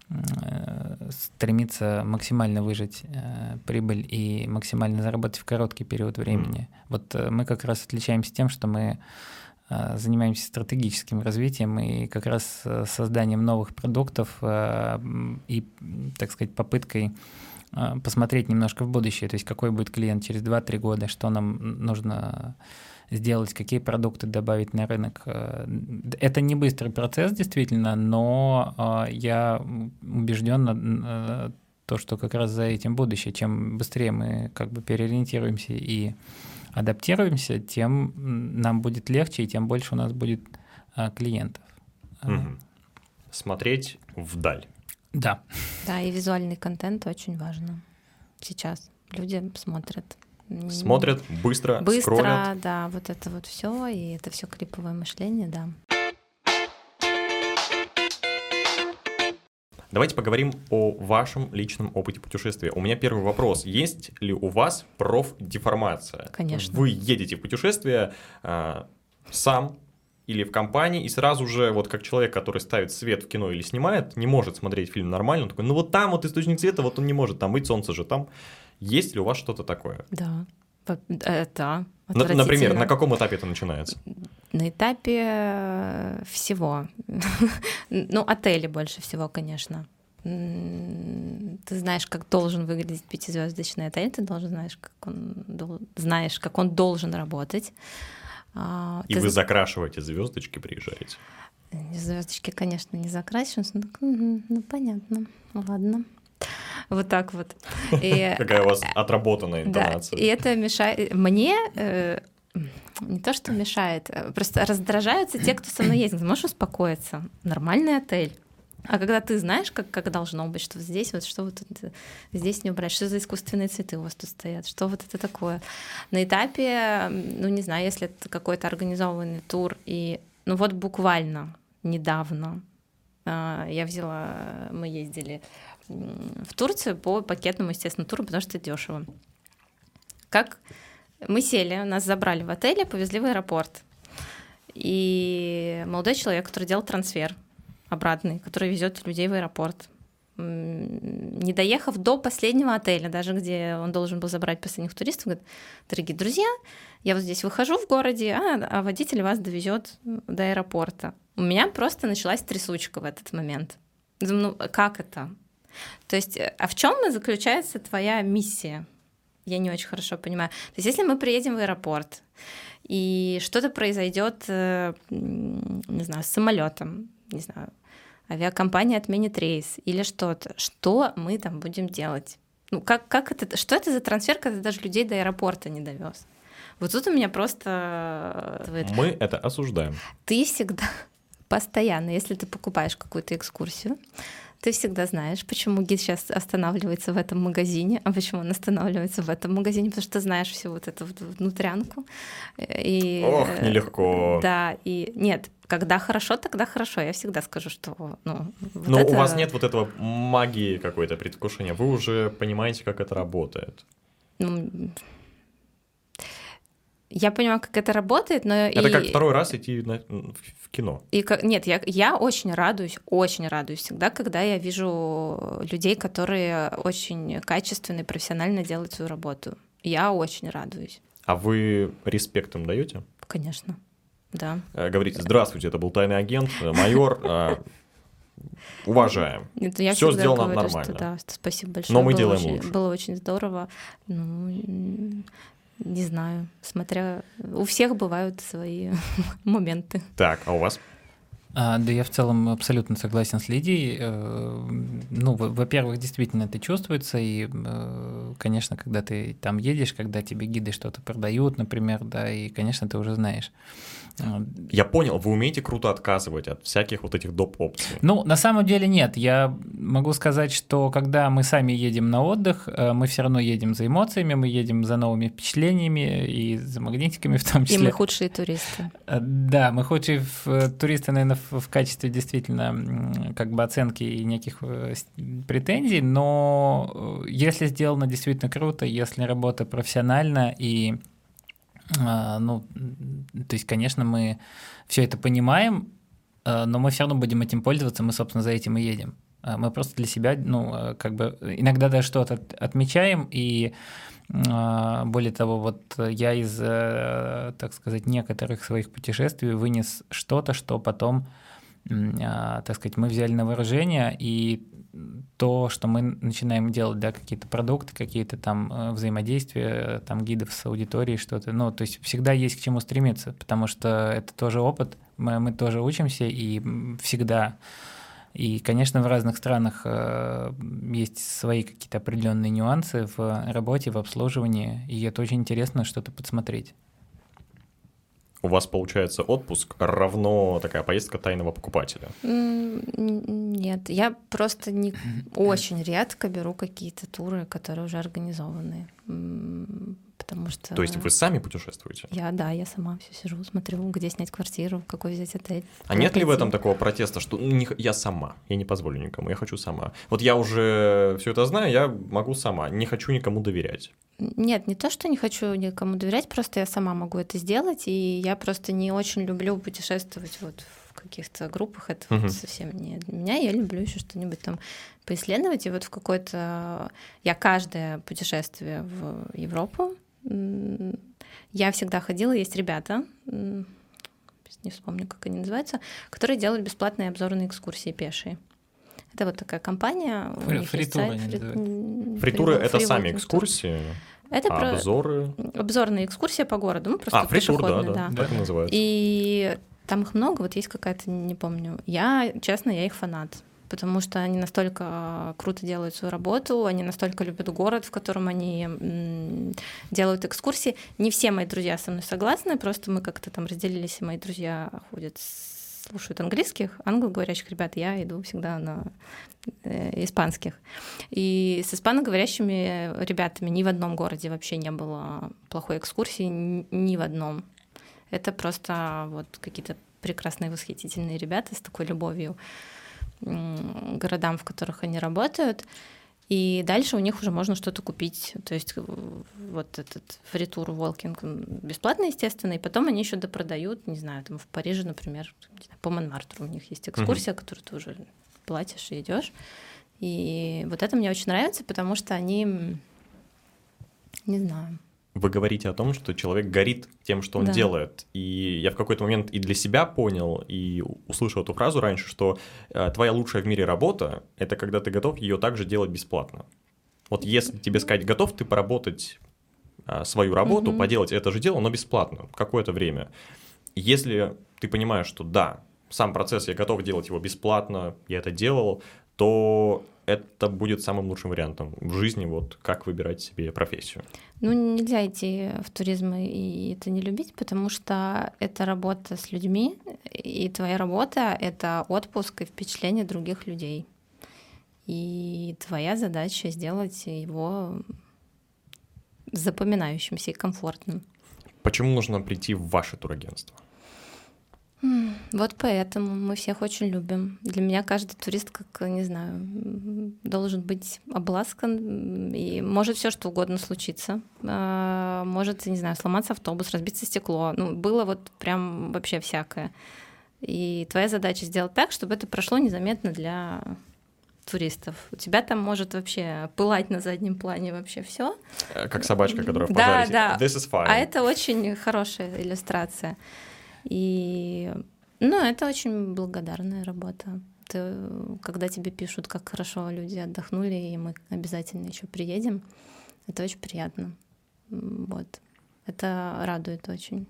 Speaker 3: стремится максимально выжать э, прибыль и максимально заработать в короткий период времени. Mm. Вот э, мы как раз отличаемся тем, что мы э, занимаемся стратегическим развитием и как раз э, созданием новых продуктов э, и, так сказать, попыткой э, посмотреть немножко в будущее, то есть какой будет клиент через два-три года, что нам нужно сделать, какие продукты добавить на рынок. Это не быстрый процесс, действительно, но я убежден, то, что как раз за этим будущее. Чем быстрее мы как бы переориентируемся и адаптируемся, тем нам будет легче, и тем больше у нас будет клиентов.
Speaker 1: Угу. Смотреть вдаль.
Speaker 3: Да.
Speaker 2: Да, и визуальный контент очень важно сейчас. Люди смотрят.
Speaker 1: Смотрят, быстро,
Speaker 2: быстро,
Speaker 1: скроллят.
Speaker 2: Да, вот это вот все, и это все клиповое мышление, да.
Speaker 1: Давайте поговорим о вашем личном опыте путешествия. У меня первый вопрос. Есть ли у вас профдеформация?
Speaker 2: Конечно.
Speaker 1: Вы едете в путешествие э, сам или в компании, и сразу же, вот как человек, который ставит свет в кино или снимает, не может смотреть фильм нормально, он такой, ну вот там вот источник света, вот он не может там быть, солнце же там. Есть ли у вас что-то такое?
Speaker 2: Да, это
Speaker 1: Например, на каком этапе это начинается?
Speaker 2: На этапе всего. Ну, отели больше всего, конечно. Ты знаешь, как должен выглядеть пятизвездочный отель, ты должен знаешь, как он знаешь, как он должен работать.
Speaker 1: И ты... вы закрашиваете звездочки, приезжаете?
Speaker 2: Звездочки, конечно, не закрашиваются. Ну, ну понятно, ладно. Вот так вот.
Speaker 1: И, какая у вас отработанная интонация.
Speaker 2: Да, и это мешает мне, э, не то что мешает, просто раздражаются те, кто со мной ездит. Ты можешь успокоиться? Нормальный отель. А когда ты знаешь, как, как должно быть, что здесь, вот что вот тут, здесь не убрать, что за искусственные цветы у вас тут стоят, что вот это такое. На этапе, ну не знаю, если это какой-то организованный тур, и ну вот буквально недавно э, я взяла, мы ездили в Турцию по пакетному, естественно, туру, потому что дешево. Как мы сели, нас забрали в отеле, повезли в аэропорт. И молодой человек, который делал трансфер обратный, который везет людей в аэропорт, не доехав до последнего отеля, даже где он должен был забрать последних туристов, говорит: дорогие друзья, я вот здесь выхожу в городе, а, а водитель вас довезет до аэропорта. У меня просто началась трясучка в этот момент. Думаю, ну как это? То есть, а в чем заключается твоя миссия? Я не очень хорошо понимаю. То есть, если мы приедем в аэропорт, и что-то произойдет, не знаю, с самолетом, не знаю, авиакомпания отменит рейс или что-то, что мы там будем делать? Ну, как, как это, что это за трансфер, когда ты даже людей до аэропорта не довез? Вот тут у меня просто...
Speaker 1: Мы это осуждаем.
Speaker 2: Ты всегда, постоянно, если ты покупаешь какую-то экскурсию, ты всегда знаешь, почему гид сейчас останавливается в этом магазине, а почему он останавливается в этом магазине, потому что ты знаешь всю вот эту вот внутрянку. И,
Speaker 1: Ох, нелегко.
Speaker 2: Да, и нет, когда хорошо, тогда хорошо. Я всегда скажу, что... Ну, вот
Speaker 1: Но
Speaker 2: это...
Speaker 1: у вас нет вот этого магии какой-то, предвкушения. Вы уже понимаете, как это работает.
Speaker 2: Ну, я понимаю, как это работает, но...
Speaker 1: Это
Speaker 2: и...
Speaker 1: как второй раз идти на... в кино.
Speaker 2: И как... Нет, я, я очень радуюсь, очень радуюсь всегда, когда я вижу людей, которые очень качественно и профессионально делают свою работу. Я очень радуюсь.
Speaker 1: А вы респект им даете?
Speaker 2: Конечно, да.
Speaker 1: Говорите: здравствуйте, это был тайный агент, майор, уважаем. Все сделано
Speaker 2: говорю,
Speaker 1: нормально.
Speaker 2: Что, да, спасибо большое.
Speaker 1: Но мы
Speaker 2: было
Speaker 1: делаем
Speaker 2: очень,
Speaker 1: лучше.
Speaker 2: Было очень здорово. Ну, не знаю, смотря... У всех бывают свои моменты.
Speaker 1: Так, а у вас?
Speaker 3: А, да, я в целом абсолютно согласен с Лидией. Ну, во-первых, действительно это чувствуется, и, конечно, когда ты там едешь, когда тебе гиды что-то продают, например, да, и, конечно, ты уже знаешь.
Speaker 1: Я понял, вы умеете круто отказывать от всяких вот этих доп. Опций.
Speaker 3: Ну, на самом деле нет. Я могу сказать, что когда мы сами едем на отдых, мы все равно едем за эмоциями, мы едем за новыми впечатлениями и за магнитиками в том числе.
Speaker 2: И мы худшие туристы.
Speaker 3: Да, мы худшие туристы, наверное, в качестве действительно как бы оценки и неких претензий, но если сделано действительно круто, если работа профессиональна и ну, то есть, конечно, мы все это понимаем, но мы все равно будем этим пользоваться, мы, собственно, за этим и едем. Мы просто для себя, ну, как бы иногда даже что-то отмечаем, и более того, вот я из, так сказать, некоторых своих путешествий вынес что-то, что потом, так сказать, мы взяли на вооружение, и то, что мы начинаем делать, да, какие-то продукты, какие-то там взаимодействия, там гидов с аудиторией, что-то, ну, то есть всегда есть к чему стремиться, потому что это тоже опыт, мы, мы тоже учимся, и всегда... И, конечно, в разных странах э, есть свои какие-то определенные нюансы в работе, в обслуживании, и это очень интересно что-то подсмотреть.
Speaker 1: У вас, получается, отпуск равно такая поездка тайного покупателя?
Speaker 2: Нет, я просто не очень редко беру какие-то туры, которые уже организованы. Потому что...
Speaker 1: То есть вы сами путешествуете?
Speaker 2: Я, да, я сама все сижу, смотрю, где снять квартиру, какой взять отель.
Speaker 1: А нет ли в этом такого протеста, что ну, не, я сама, я не позволю никому, я хочу сама? Вот я уже все это знаю, я могу сама, не хочу никому доверять.
Speaker 2: Нет, не то, что не хочу никому доверять, просто я сама могу это сделать, и я просто не очень люблю путешествовать вот в каких-то группах, это uh-huh. вот совсем не для меня, я люблю еще что-нибудь там поисследовать, и вот в какой-то... Я каждое путешествие в Европу, я всегда ходила, есть ребята, не вспомню, как они называются, которые делают бесплатные обзорные экскурсии пешие. Это вот такая компания.
Speaker 3: Фритура.
Speaker 1: Фри... Фритуры — это сами экскурсии,
Speaker 2: это
Speaker 1: а
Speaker 2: про...
Speaker 1: обзоры?
Speaker 2: Обзорная экскурсия по городу. Ну, просто
Speaker 1: а, фритур, да, да,
Speaker 2: да,
Speaker 1: так и называется.
Speaker 2: И там их много, вот есть какая-то, не помню. Я, честно, я их фанат. Потому что они настолько круто делают свою работу, они настолько любят город, в котором они делают экскурсии. Не все мои друзья со мной согласны, просто мы как-то там разделились, и мои друзья ходят, слушают английских, англоговорящих ребят, я иду всегда на э, испанских. И с испаноговорящими ребятами ни в одном городе вообще не было плохой экскурсии, ни в одном. Это просто вот какие-то прекрасные, восхитительные ребята с такой любовью городам, в которых они работают, и дальше у них уже можно что-то купить. То есть вот этот фритур волкинг бесплатно, естественно, и потом они еще допродают, не знаю, там в Париже, например, по Монмартру у них есть экскурсия, uh-huh. которую ты уже платишь и идешь. И вот это мне очень нравится, потому что они, не знаю...
Speaker 1: Вы говорите о том, что человек горит тем, что он
Speaker 2: да.
Speaker 1: делает. И я в какой-то момент и для себя понял, и услышал эту фразу раньше, что э, твоя лучшая в мире работа — это когда ты готов ее также делать бесплатно. Вот если тебе сказать, готов ты поработать э, свою работу, mm-hmm. поделать это же дело, но бесплатно, какое-то время. Если ты понимаешь, что да, сам процесс, я готов делать его бесплатно, я это делал, то это будет самым лучшим вариантом в жизни, вот как выбирать себе профессию.
Speaker 2: Ну, нельзя идти в туризм и это не любить, потому что это работа с людьми, и твоя работа — это отпуск и впечатление других людей. И твоя задача — сделать его запоминающимся и комфортным.
Speaker 1: Почему нужно прийти в ваше турагентство?
Speaker 2: Вот поэтому мы всех очень любим. Для меня каждый турист, как, не знаю, должен быть обласкан, и может все что угодно случиться. Может, не знаю, сломаться автобус, разбиться стекло. Ну, было вот прям вообще всякое. И твоя задача сделать так, чтобы это прошло незаметно для туристов. У тебя там может вообще пылать на заднем плане вообще все.
Speaker 1: Как собачка, которая в пожаре.
Speaker 2: Да, да.
Speaker 1: This is fine.
Speaker 2: А это очень хорошая иллюстрация. И, ну, это очень благодарная работа. Ты, когда тебе пишут, как хорошо люди отдохнули, и мы обязательно еще приедем, это очень приятно. Вот. Это радует очень.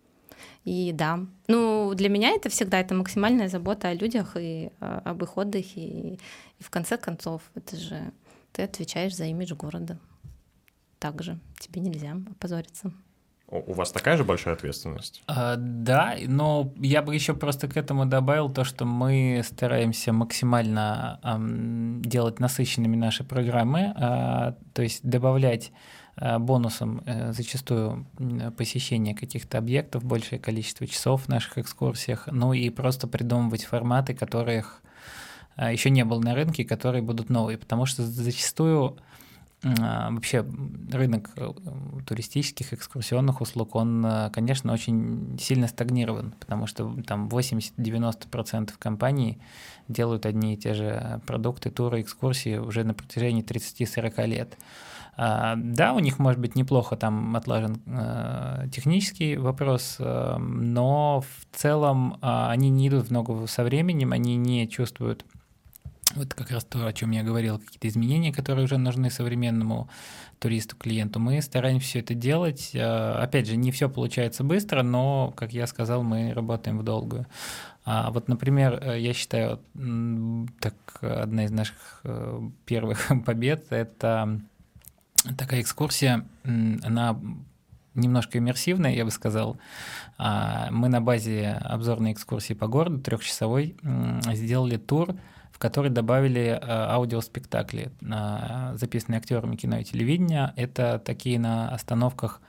Speaker 2: И да, ну, для меня это всегда это максимальная забота о людях и об их отдыхе. И, и в конце концов, это же ты отвечаешь за имидж города. Также тебе нельзя опозориться.
Speaker 1: У вас такая же большая ответственность?
Speaker 3: А, да, но я бы еще просто к этому добавил то, что мы стараемся максимально эм, делать насыщенными наши программы, э, то есть добавлять э, бонусом э, зачастую посещение каких-то объектов, большее количество часов в наших экскурсиях, ну и просто придумывать форматы, которых э, еще не было на рынке, которые будут новые, потому что зачастую вообще рынок туристических, экскурсионных услуг, он, конечно, очень сильно стагнирован, потому что там восемьдесят-девяносто процентов компаний делают одни и те же продукты, туры, экскурсии уже на протяжении тридцать-сорок лет. Да, у них, может быть, неплохо там отлажен технический вопрос, но в целом они не идут в ногу со временем, они не чувствуют вот как раз то, о чем я говорил, какие-то изменения, которые уже нужны современному туристу, клиенту. Мы стараемся все это делать. Опять же, не все получается быстро, но, как я сказал, мы работаем в долгую. А вот, например, я считаю, так, одна из наших первых побед — это такая экскурсия, она немножко иммерсивная, я бы сказал. Мы на базе обзорной экскурсии по городу, трехчасовой, сделали тур, в который добавили аудиоспектакли, записанные актерами кино и телевидения. Это такие на остановках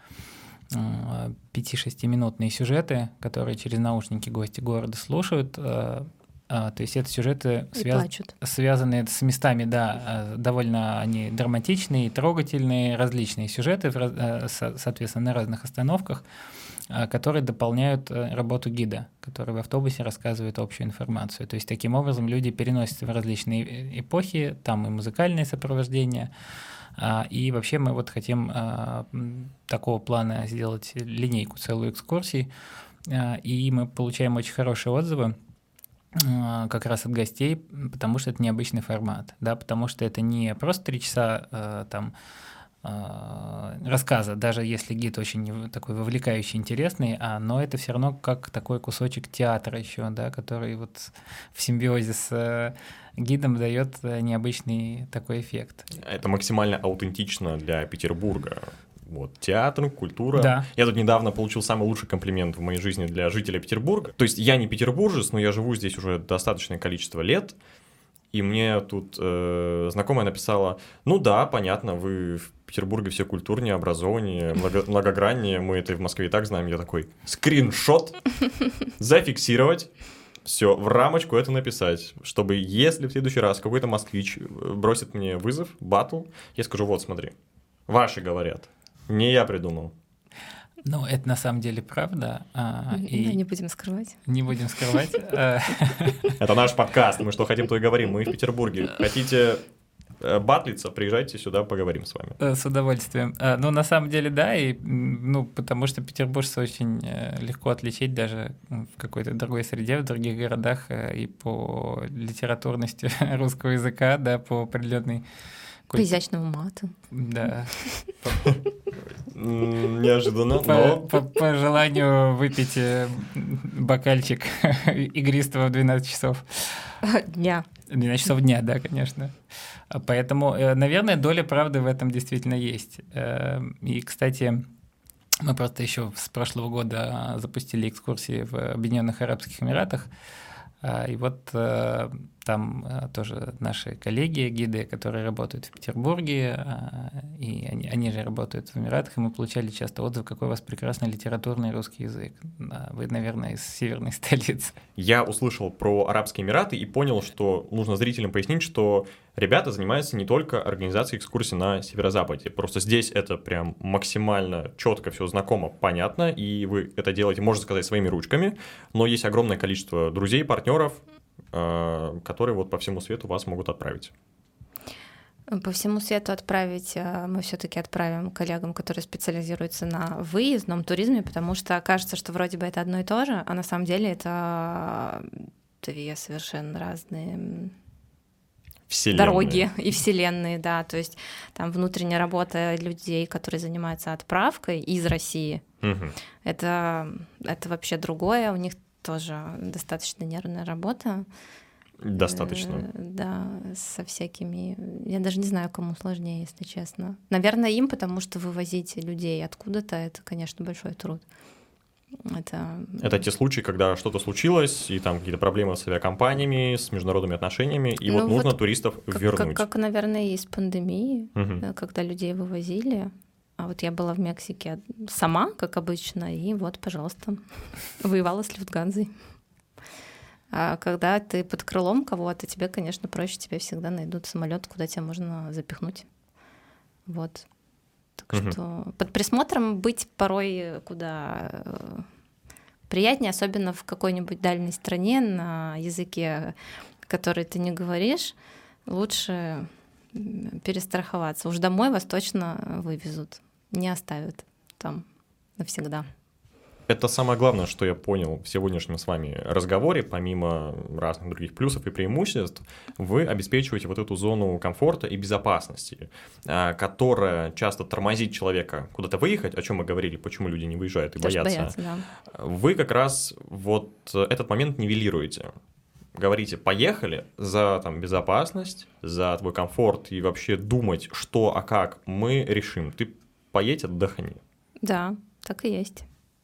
Speaker 3: пяти-шестиминутные сюжеты, которые через наушники гости города слушают. То есть это сюжеты, связ... связанные с местами, да, довольно они драматичные, трогательные, различные сюжеты, соответственно, на разных остановках, которые дополняют работу гида, который в автобусе рассказывает общую информацию. То есть таким образом люди переносятся в различные эпохи, там и музыкальное сопровождение. И вообще мы вот хотим такого плана сделать линейку, целую экскурсий, и мы получаем очень хорошие отзывы как раз от гостей, потому что это необычный формат, да, потому что это не просто три часа там рассказа, даже если гид очень такой вовлекающий, интересный, а, но это все равно как такой кусочек театра еще, да, который вот в симбиозе с гидом дает необычный такой эффект.
Speaker 1: Это максимально аутентично для Петербурга. Вот, театр, культура.
Speaker 3: Да.
Speaker 1: Я тут недавно получил самый лучший комплимент в моей жизни для жителя Петербурга. То есть я не петербуржец, но я живу здесь уже достаточное количество лет. И мне тут э, знакомая написала: ну да, понятно, вы в Петербурге все культурнее, образованнее, много, многограннее, мы это и в Москве и так знаем. Я такой: скриншот, зафиксировать, все, в рамочку это написать, чтобы если в следующий раз какой-то москвич бросит мне вызов, батл, я скажу: вот, смотри, ваши говорят, не я придумал.
Speaker 3: Ну, это на самом деле правда. А, и
Speaker 2: да, не будем скрывать.
Speaker 3: Не будем скрывать.
Speaker 1: Это наш подкаст, мы что хотим, то и говорим. Мы в Петербурге. Хотите батлиться, приезжайте сюда, поговорим с вами.
Speaker 3: С удовольствием. Ну, на самом деле, да, и, ну, потому что петербуржца очень легко отличить даже в какой-то другой среде, в других городах, и по литературности русского языка, да, по определенной...
Speaker 2: По изящному мату.
Speaker 3: Да.
Speaker 1: Неожиданно,
Speaker 3: по,
Speaker 1: но...
Speaker 3: По, по желанию выпить бокальчик игристого в двенадцать часов.
Speaker 2: Дня.
Speaker 3: двенадцать часов дня, да, конечно. Поэтому, наверное, доля правды в этом действительно есть. И, кстати, мы просто еще с прошлого года запустили экскурсии в Объединенных Арабских Эмиратах. И вот там тоже наши коллеги, гиды, которые работают в Петербурге, и они, они же работают в Эмиратах, и мы получали часто отзыв: какой у вас прекрасный литературный русский язык. Вы, наверное, из северной столицы.
Speaker 1: Я услышал про Арабские Эмираты и понял, что нужно зрителям пояснить, что ребята занимаются не только организацией экскурсий на северо-западе. Просто здесь это прям максимально четко все знакомо, понятно, и вы это делаете, можно сказать, своими ручками, но есть огромное количество друзей, партнеров, которые вот по всему свету вас могут отправить.
Speaker 2: По всему свету отправить мы все-таки отправим коллегам, которые специализируются на выездном туризме, потому что кажется, что вроде бы это одно и то же, а на самом деле это две совершенно разные вселенные. Дороги и вселенные, да. То есть там внутренняя работа людей, которые занимаются отправкой из России, угу. это, это вообще другое. У них тоже достаточно нервная работа.
Speaker 1: Достаточно.
Speaker 2: Да, со всякими... Я даже не знаю, кому сложнее, если честно. Наверное, им, потому что вывозить людей откуда-то — это, конечно, большой труд. Это...
Speaker 1: это те случаи, когда что-то случилось, и там какие-то проблемы с авиакомпаниями, с международными отношениями, и ну вот нужно вот туристов
Speaker 2: как,
Speaker 1: вернуть.
Speaker 2: Как, как, наверное, и с пандемией,
Speaker 1: угу.
Speaker 2: когда людей вывозили. А вот я была в Мексике сама, как обычно, и вот, пожалуйста, воевала с Люфтганзой. А когда ты под крылом кого-то, тебе, конечно, проще, тебе всегда найдут самолет, куда тебя можно запихнуть. Вот. Так
Speaker 1: Мгм.
Speaker 2: что под присмотром быть порой куда э, приятнее, особенно в какой-нибудь дальней стране на языке, который ты не говоришь, лучше м, перестраховаться. Уж домой вас точно вывезут, не оставят там навсегда.
Speaker 1: Это самое главное, что я понял в сегодняшнем с вами разговоре, помимо разных других плюсов и преимуществ, вы обеспечиваете вот эту зону комфорта и безопасности, а, которая часто тормозит человека куда-то выехать, о чем мы говорили, почему люди не выезжают и
Speaker 2: Потому что
Speaker 1: боятся.
Speaker 2: боятся, да.
Speaker 1: Вы как раз вот этот момент нивелируете. Говорите, поехали за там, безопасность, за твой комфорт и вообще думать, что, а как, мы решим. Ты поедь, отдохни.
Speaker 2: Да, так и есть.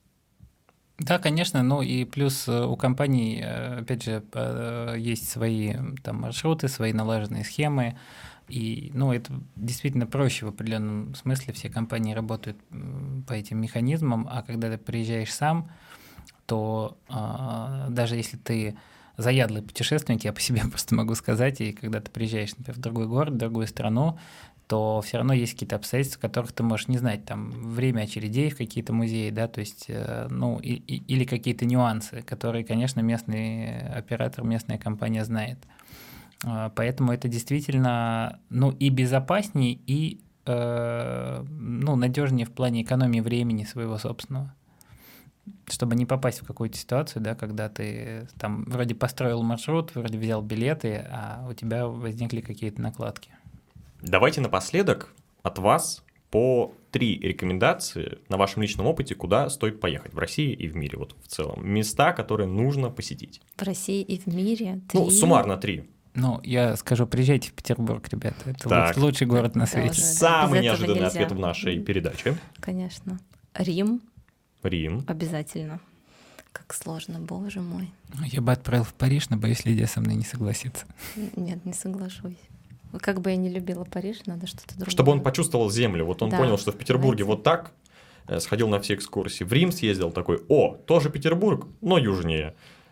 Speaker 3: Да, конечно, ну и плюс э, у компаний, э, опять же, э, есть свои там маршруты, свои налаженные схемы, и, ну, это действительно проще в определенном смысле, все компании работают м, по этим механизмам, а когда ты приезжаешь сам, то э, даже если ты заядлый путешественник, я по себе просто могу сказать, и когда ты приезжаешь, например, в другой город, в другую страну, то все равно есть какие-то обстоятельства, которых ты можешь не знать, там, время очередей в какие-то музеи, да, то есть, э, ну, и, и, или какие-то нюансы, которые, конечно, местный оператор, местная компания знает. Э, поэтому это действительно, ну, и безопаснее, и, э, ну, надежнее в плане экономии времени своего собственного, чтобы не попасть в какую-то ситуацию, да, когда ты там вроде построил маршрут, вроде взял билеты, а у тебя возникли какие-то накладки.
Speaker 1: Давайте напоследок от вас по три рекомендации на вашем личном опыте, куда стоит поехать в России и в мире, вот в целом. Места, которые нужно посетить.
Speaker 2: В России и в мире три.
Speaker 1: Ну, суммарно три.
Speaker 3: Ну, я скажу, приезжайте в Петербург, ребята. Это
Speaker 1: Так.
Speaker 3: луч- лучший город на
Speaker 2: Да,
Speaker 3: свете.
Speaker 2: уже.
Speaker 1: Самый
Speaker 2: без этого
Speaker 1: неожиданный
Speaker 2: нельзя.
Speaker 1: ответ в нашей передаче.
Speaker 2: Конечно. Рим
Speaker 1: Рим.
Speaker 2: обязательно. Как сложно, боже мой.
Speaker 3: Я бы отправил в Париж, но боюсь, Лидия со мной не согласится.
Speaker 2: Нет, не соглашусь. Как бы я не любила Париж, надо что-то другое.
Speaker 1: Чтобы он почувствовал землю. Вот он
Speaker 2: Да,
Speaker 1: понял, что в Петербурге
Speaker 2: знаете.
Speaker 1: вот так, э, сходил на все экскурсии. В Рим съездил такой, о, тоже Петербург, но южнее.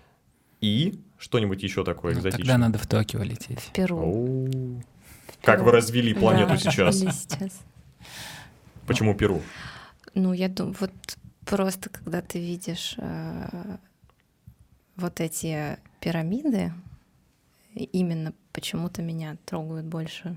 Speaker 1: И что-нибудь еще такое
Speaker 3: Ну,
Speaker 1: экзотичное.
Speaker 3: тогда надо в Токио лететь.
Speaker 2: В Перу.
Speaker 1: Оу.
Speaker 2: В
Speaker 1: Как
Speaker 2: Перу.
Speaker 1: вы развели планету
Speaker 2: Да,
Speaker 1: сейчас?
Speaker 2: развели сейчас.
Speaker 1: Почему Перу?
Speaker 2: Ну, я думаю, вот просто когда ты видишь э, вот эти пирамиды, именно почему-то меня трогают больше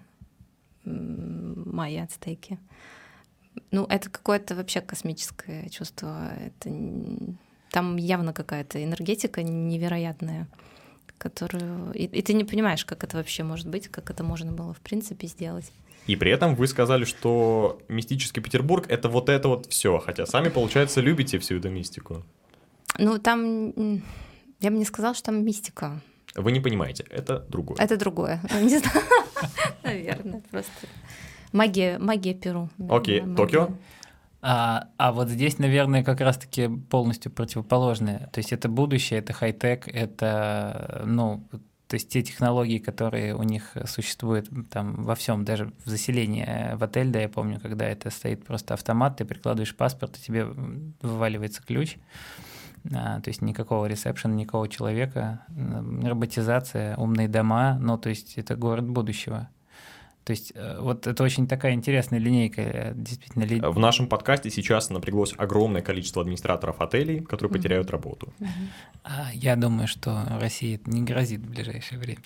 Speaker 2: м, майя, ацтеки. Ну, это какое-то вообще космическое чувство. Это, н- там явно какая-то энергетика невероятная, которую... И, и ты не понимаешь, как это вообще может быть, как это можно было в принципе сделать.
Speaker 1: И при этом вы сказали, что мистический Петербург — это вот это вот все, хотя сами, получается, любите всю эту мистику.
Speaker 2: Ну, там... м, я бы не сказала, что там мистика.
Speaker 1: Вы не понимаете, это другое.
Speaker 2: Это другое. Не знаю. Наверное, просто магия, магия Перу.
Speaker 1: Окей,
Speaker 2: Магия.
Speaker 1: Токио?
Speaker 3: А, а вот здесь, наверное, как раз-таки полностью противоположное. То есть это будущее, это хай-тек, это, ну, то есть те технологии, которые у них существуют там во всем, даже в заселении в отель, да, я помню, когда это стоит просто автомат, ты прикладываешь паспорт, и тебе вываливается ключ. А, то есть никакого ресепшена, никакого человека, роботизация, умные дома, ну, то есть это город будущего. То есть вот это очень такая интересная линейка, действительно. Ли...
Speaker 1: В нашем подкасте сейчас напряглось огромное количество администраторов отелей, которые потеряют работу.
Speaker 3: А я думаю, что России это не грозит в ближайшее время.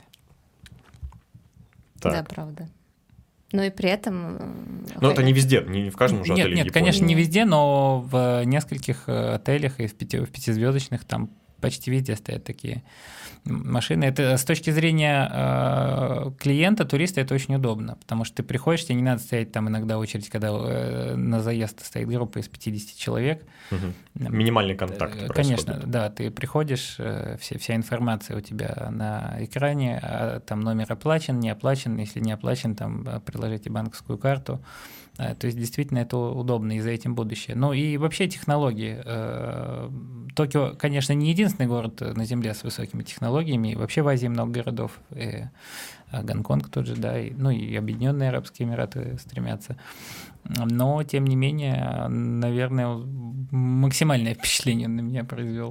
Speaker 1: Так.
Speaker 2: Да, правда. Но и при этом...
Speaker 1: Но это не везде, не в каждом же
Speaker 3: Нет,
Speaker 1: отеле
Speaker 3: нет,
Speaker 1: в Японии.
Speaker 3: конечно, не везде, но в нескольких отелях и в, пяти, в пятизвездочных там почти везде стоят такие машины. Это с точки зрения э, клиента, туриста, это очень удобно, потому что ты приходишь, тебе не надо стоять там иногда очередь, когда э, на заезд стоит группа из пятидесяти человек.
Speaker 1: Угу. Минимальный контакт
Speaker 3: Э,
Speaker 1: происходит.
Speaker 3: Конечно, да, ты приходишь, э, все, вся информация у тебя на экране, а там номер оплачен, не оплачен, если не оплачен, там приложите банковскую карту. То есть действительно это удобно, и за этим будущее. Ну и вообще технологии. Токио, конечно, не единственный город на Земле с высокими технологиями. Вообще в Азии много городов. И Гонконг тот же, да, и, ну и Объединенные Арабские Эмираты стремятся. Но, тем не менее, наверное, максимальное впечатление он на меня произвел.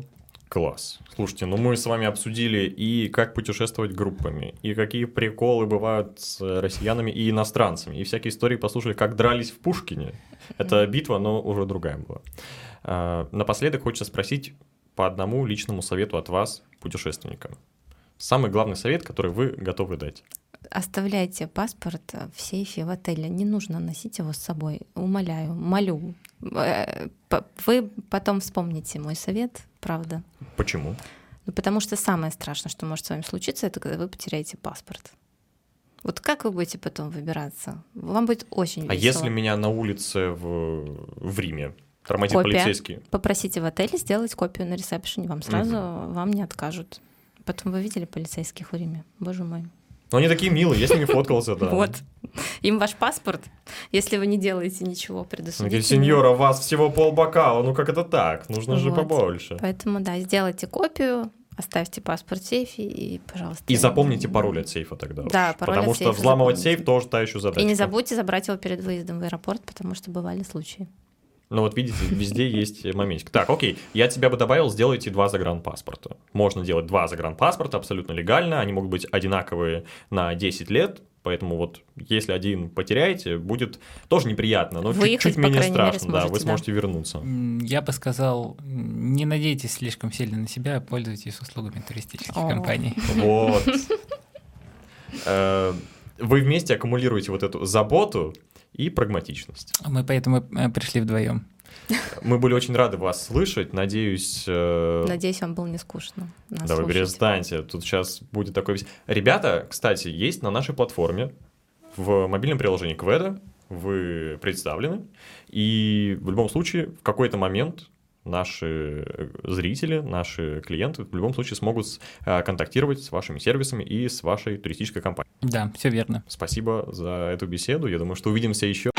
Speaker 1: Класс. Слушайте, ну мы с вами обсудили и как путешествовать группами, и какие приколы бывают с россиянами и иностранцами, и всякие истории послушали, как дрались в Пушкине. Это битва, но уже другая была. А, напоследок хочется спросить по одному личному совету от вас, путешественникам. Самый главный совет, который вы готовы дать.
Speaker 2: Оставляйте паспорт в сейфе в отеле. Не нужно носить его с собой. Умоляю, молю. Вы потом вспомните мой совет, правда.
Speaker 1: Почему?
Speaker 2: Ну, потому что самое страшное, что может с вами случиться, это когда вы потеряете паспорт. Вот как вы будете потом выбираться? Вам будет очень весело.
Speaker 1: А если меня на улице в, в Риме тормозит
Speaker 2: Копия.
Speaker 1: полицейский?
Speaker 2: Попросите в отеле сделать копию на ресепшене, вам сразу
Speaker 1: Угу.
Speaker 2: вам не откажут. Потом вы видели полицейских в Риме? Боже мой.
Speaker 1: Но они такие милые, я с ними фоткался, да.
Speaker 2: Вот. Им ваш паспорт, если вы не делаете ничего
Speaker 1: Они говорят,
Speaker 2: предосудительного.
Speaker 1: сеньора, у вас всего полбокала, ну как это так? Нужно же
Speaker 2: Вот.
Speaker 1: побольше.
Speaker 2: Поэтому, да, сделайте копию, оставьте паспорт в сейфе и, пожалуйста.
Speaker 1: И запомните пароль от сейфа тогда.
Speaker 2: Да,
Speaker 1: уж.
Speaker 2: пароль
Speaker 1: Потому
Speaker 2: от
Speaker 1: что
Speaker 2: сейфа
Speaker 1: взламывать
Speaker 2: запомните.
Speaker 1: сейф тоже та еще задача.
Speaker 2: И не забудьте забрать его перед выездом в аэропорт, потому что бывали случаи.
Speaker 1: Ну вот видите, везде есть моментик. Так, окей, я тебя бы добавил, сделайте два загранпаспорта. Можно делать два загранпаспорта абсолютно легально, они могут быть одинаковые на десять лет, поэтому вот если один потеряете, будет тоже неприятно, но
Speaker 2: Выехать,
Speaker 1: чуть-чуть
Speaker 2: по
Speaker 1: менее
Speaker 2: крайней мере,
Speaker 1: страшно, да, вы
Speaker 2: сможете,
Speaker 1: сможете вернуться.
Speaker 3: М, Я бы сказал, не надейтесь слишком сильно на себя, а пользуйтесь услугами туристических
Speaker 2: О.
Speaker 3: компаний.
Speaker 1: Вот. Э, Вы вместе аккумулируете вот эту заботу и прагматичность.
Speaker 3: Мы поэтому э, пришли вдвоем.
Speaker 1: Мы были очень рады вас слышать, надеюсь... э,
Speaker 2: Надеюсь, вам было не скучно нас
Speaker 1: Да вы
Speaker 2: слушать.
Speaker 1: перестаньте, тут сейчас будет такой... вес- Ребята, кстати, есть на нашей платформе в мобильном приложении Кведа, вы представлены, и в любом случае в какой-то момент наши зрители, наши клиенты в любом случае смогут э, контактировать с вашими сервисами и с вашей туристической компанией.
Speaker 3: Да, все верно.
Speaker 1: Спасибо за эту беседу, я думаю, что увидимся еще.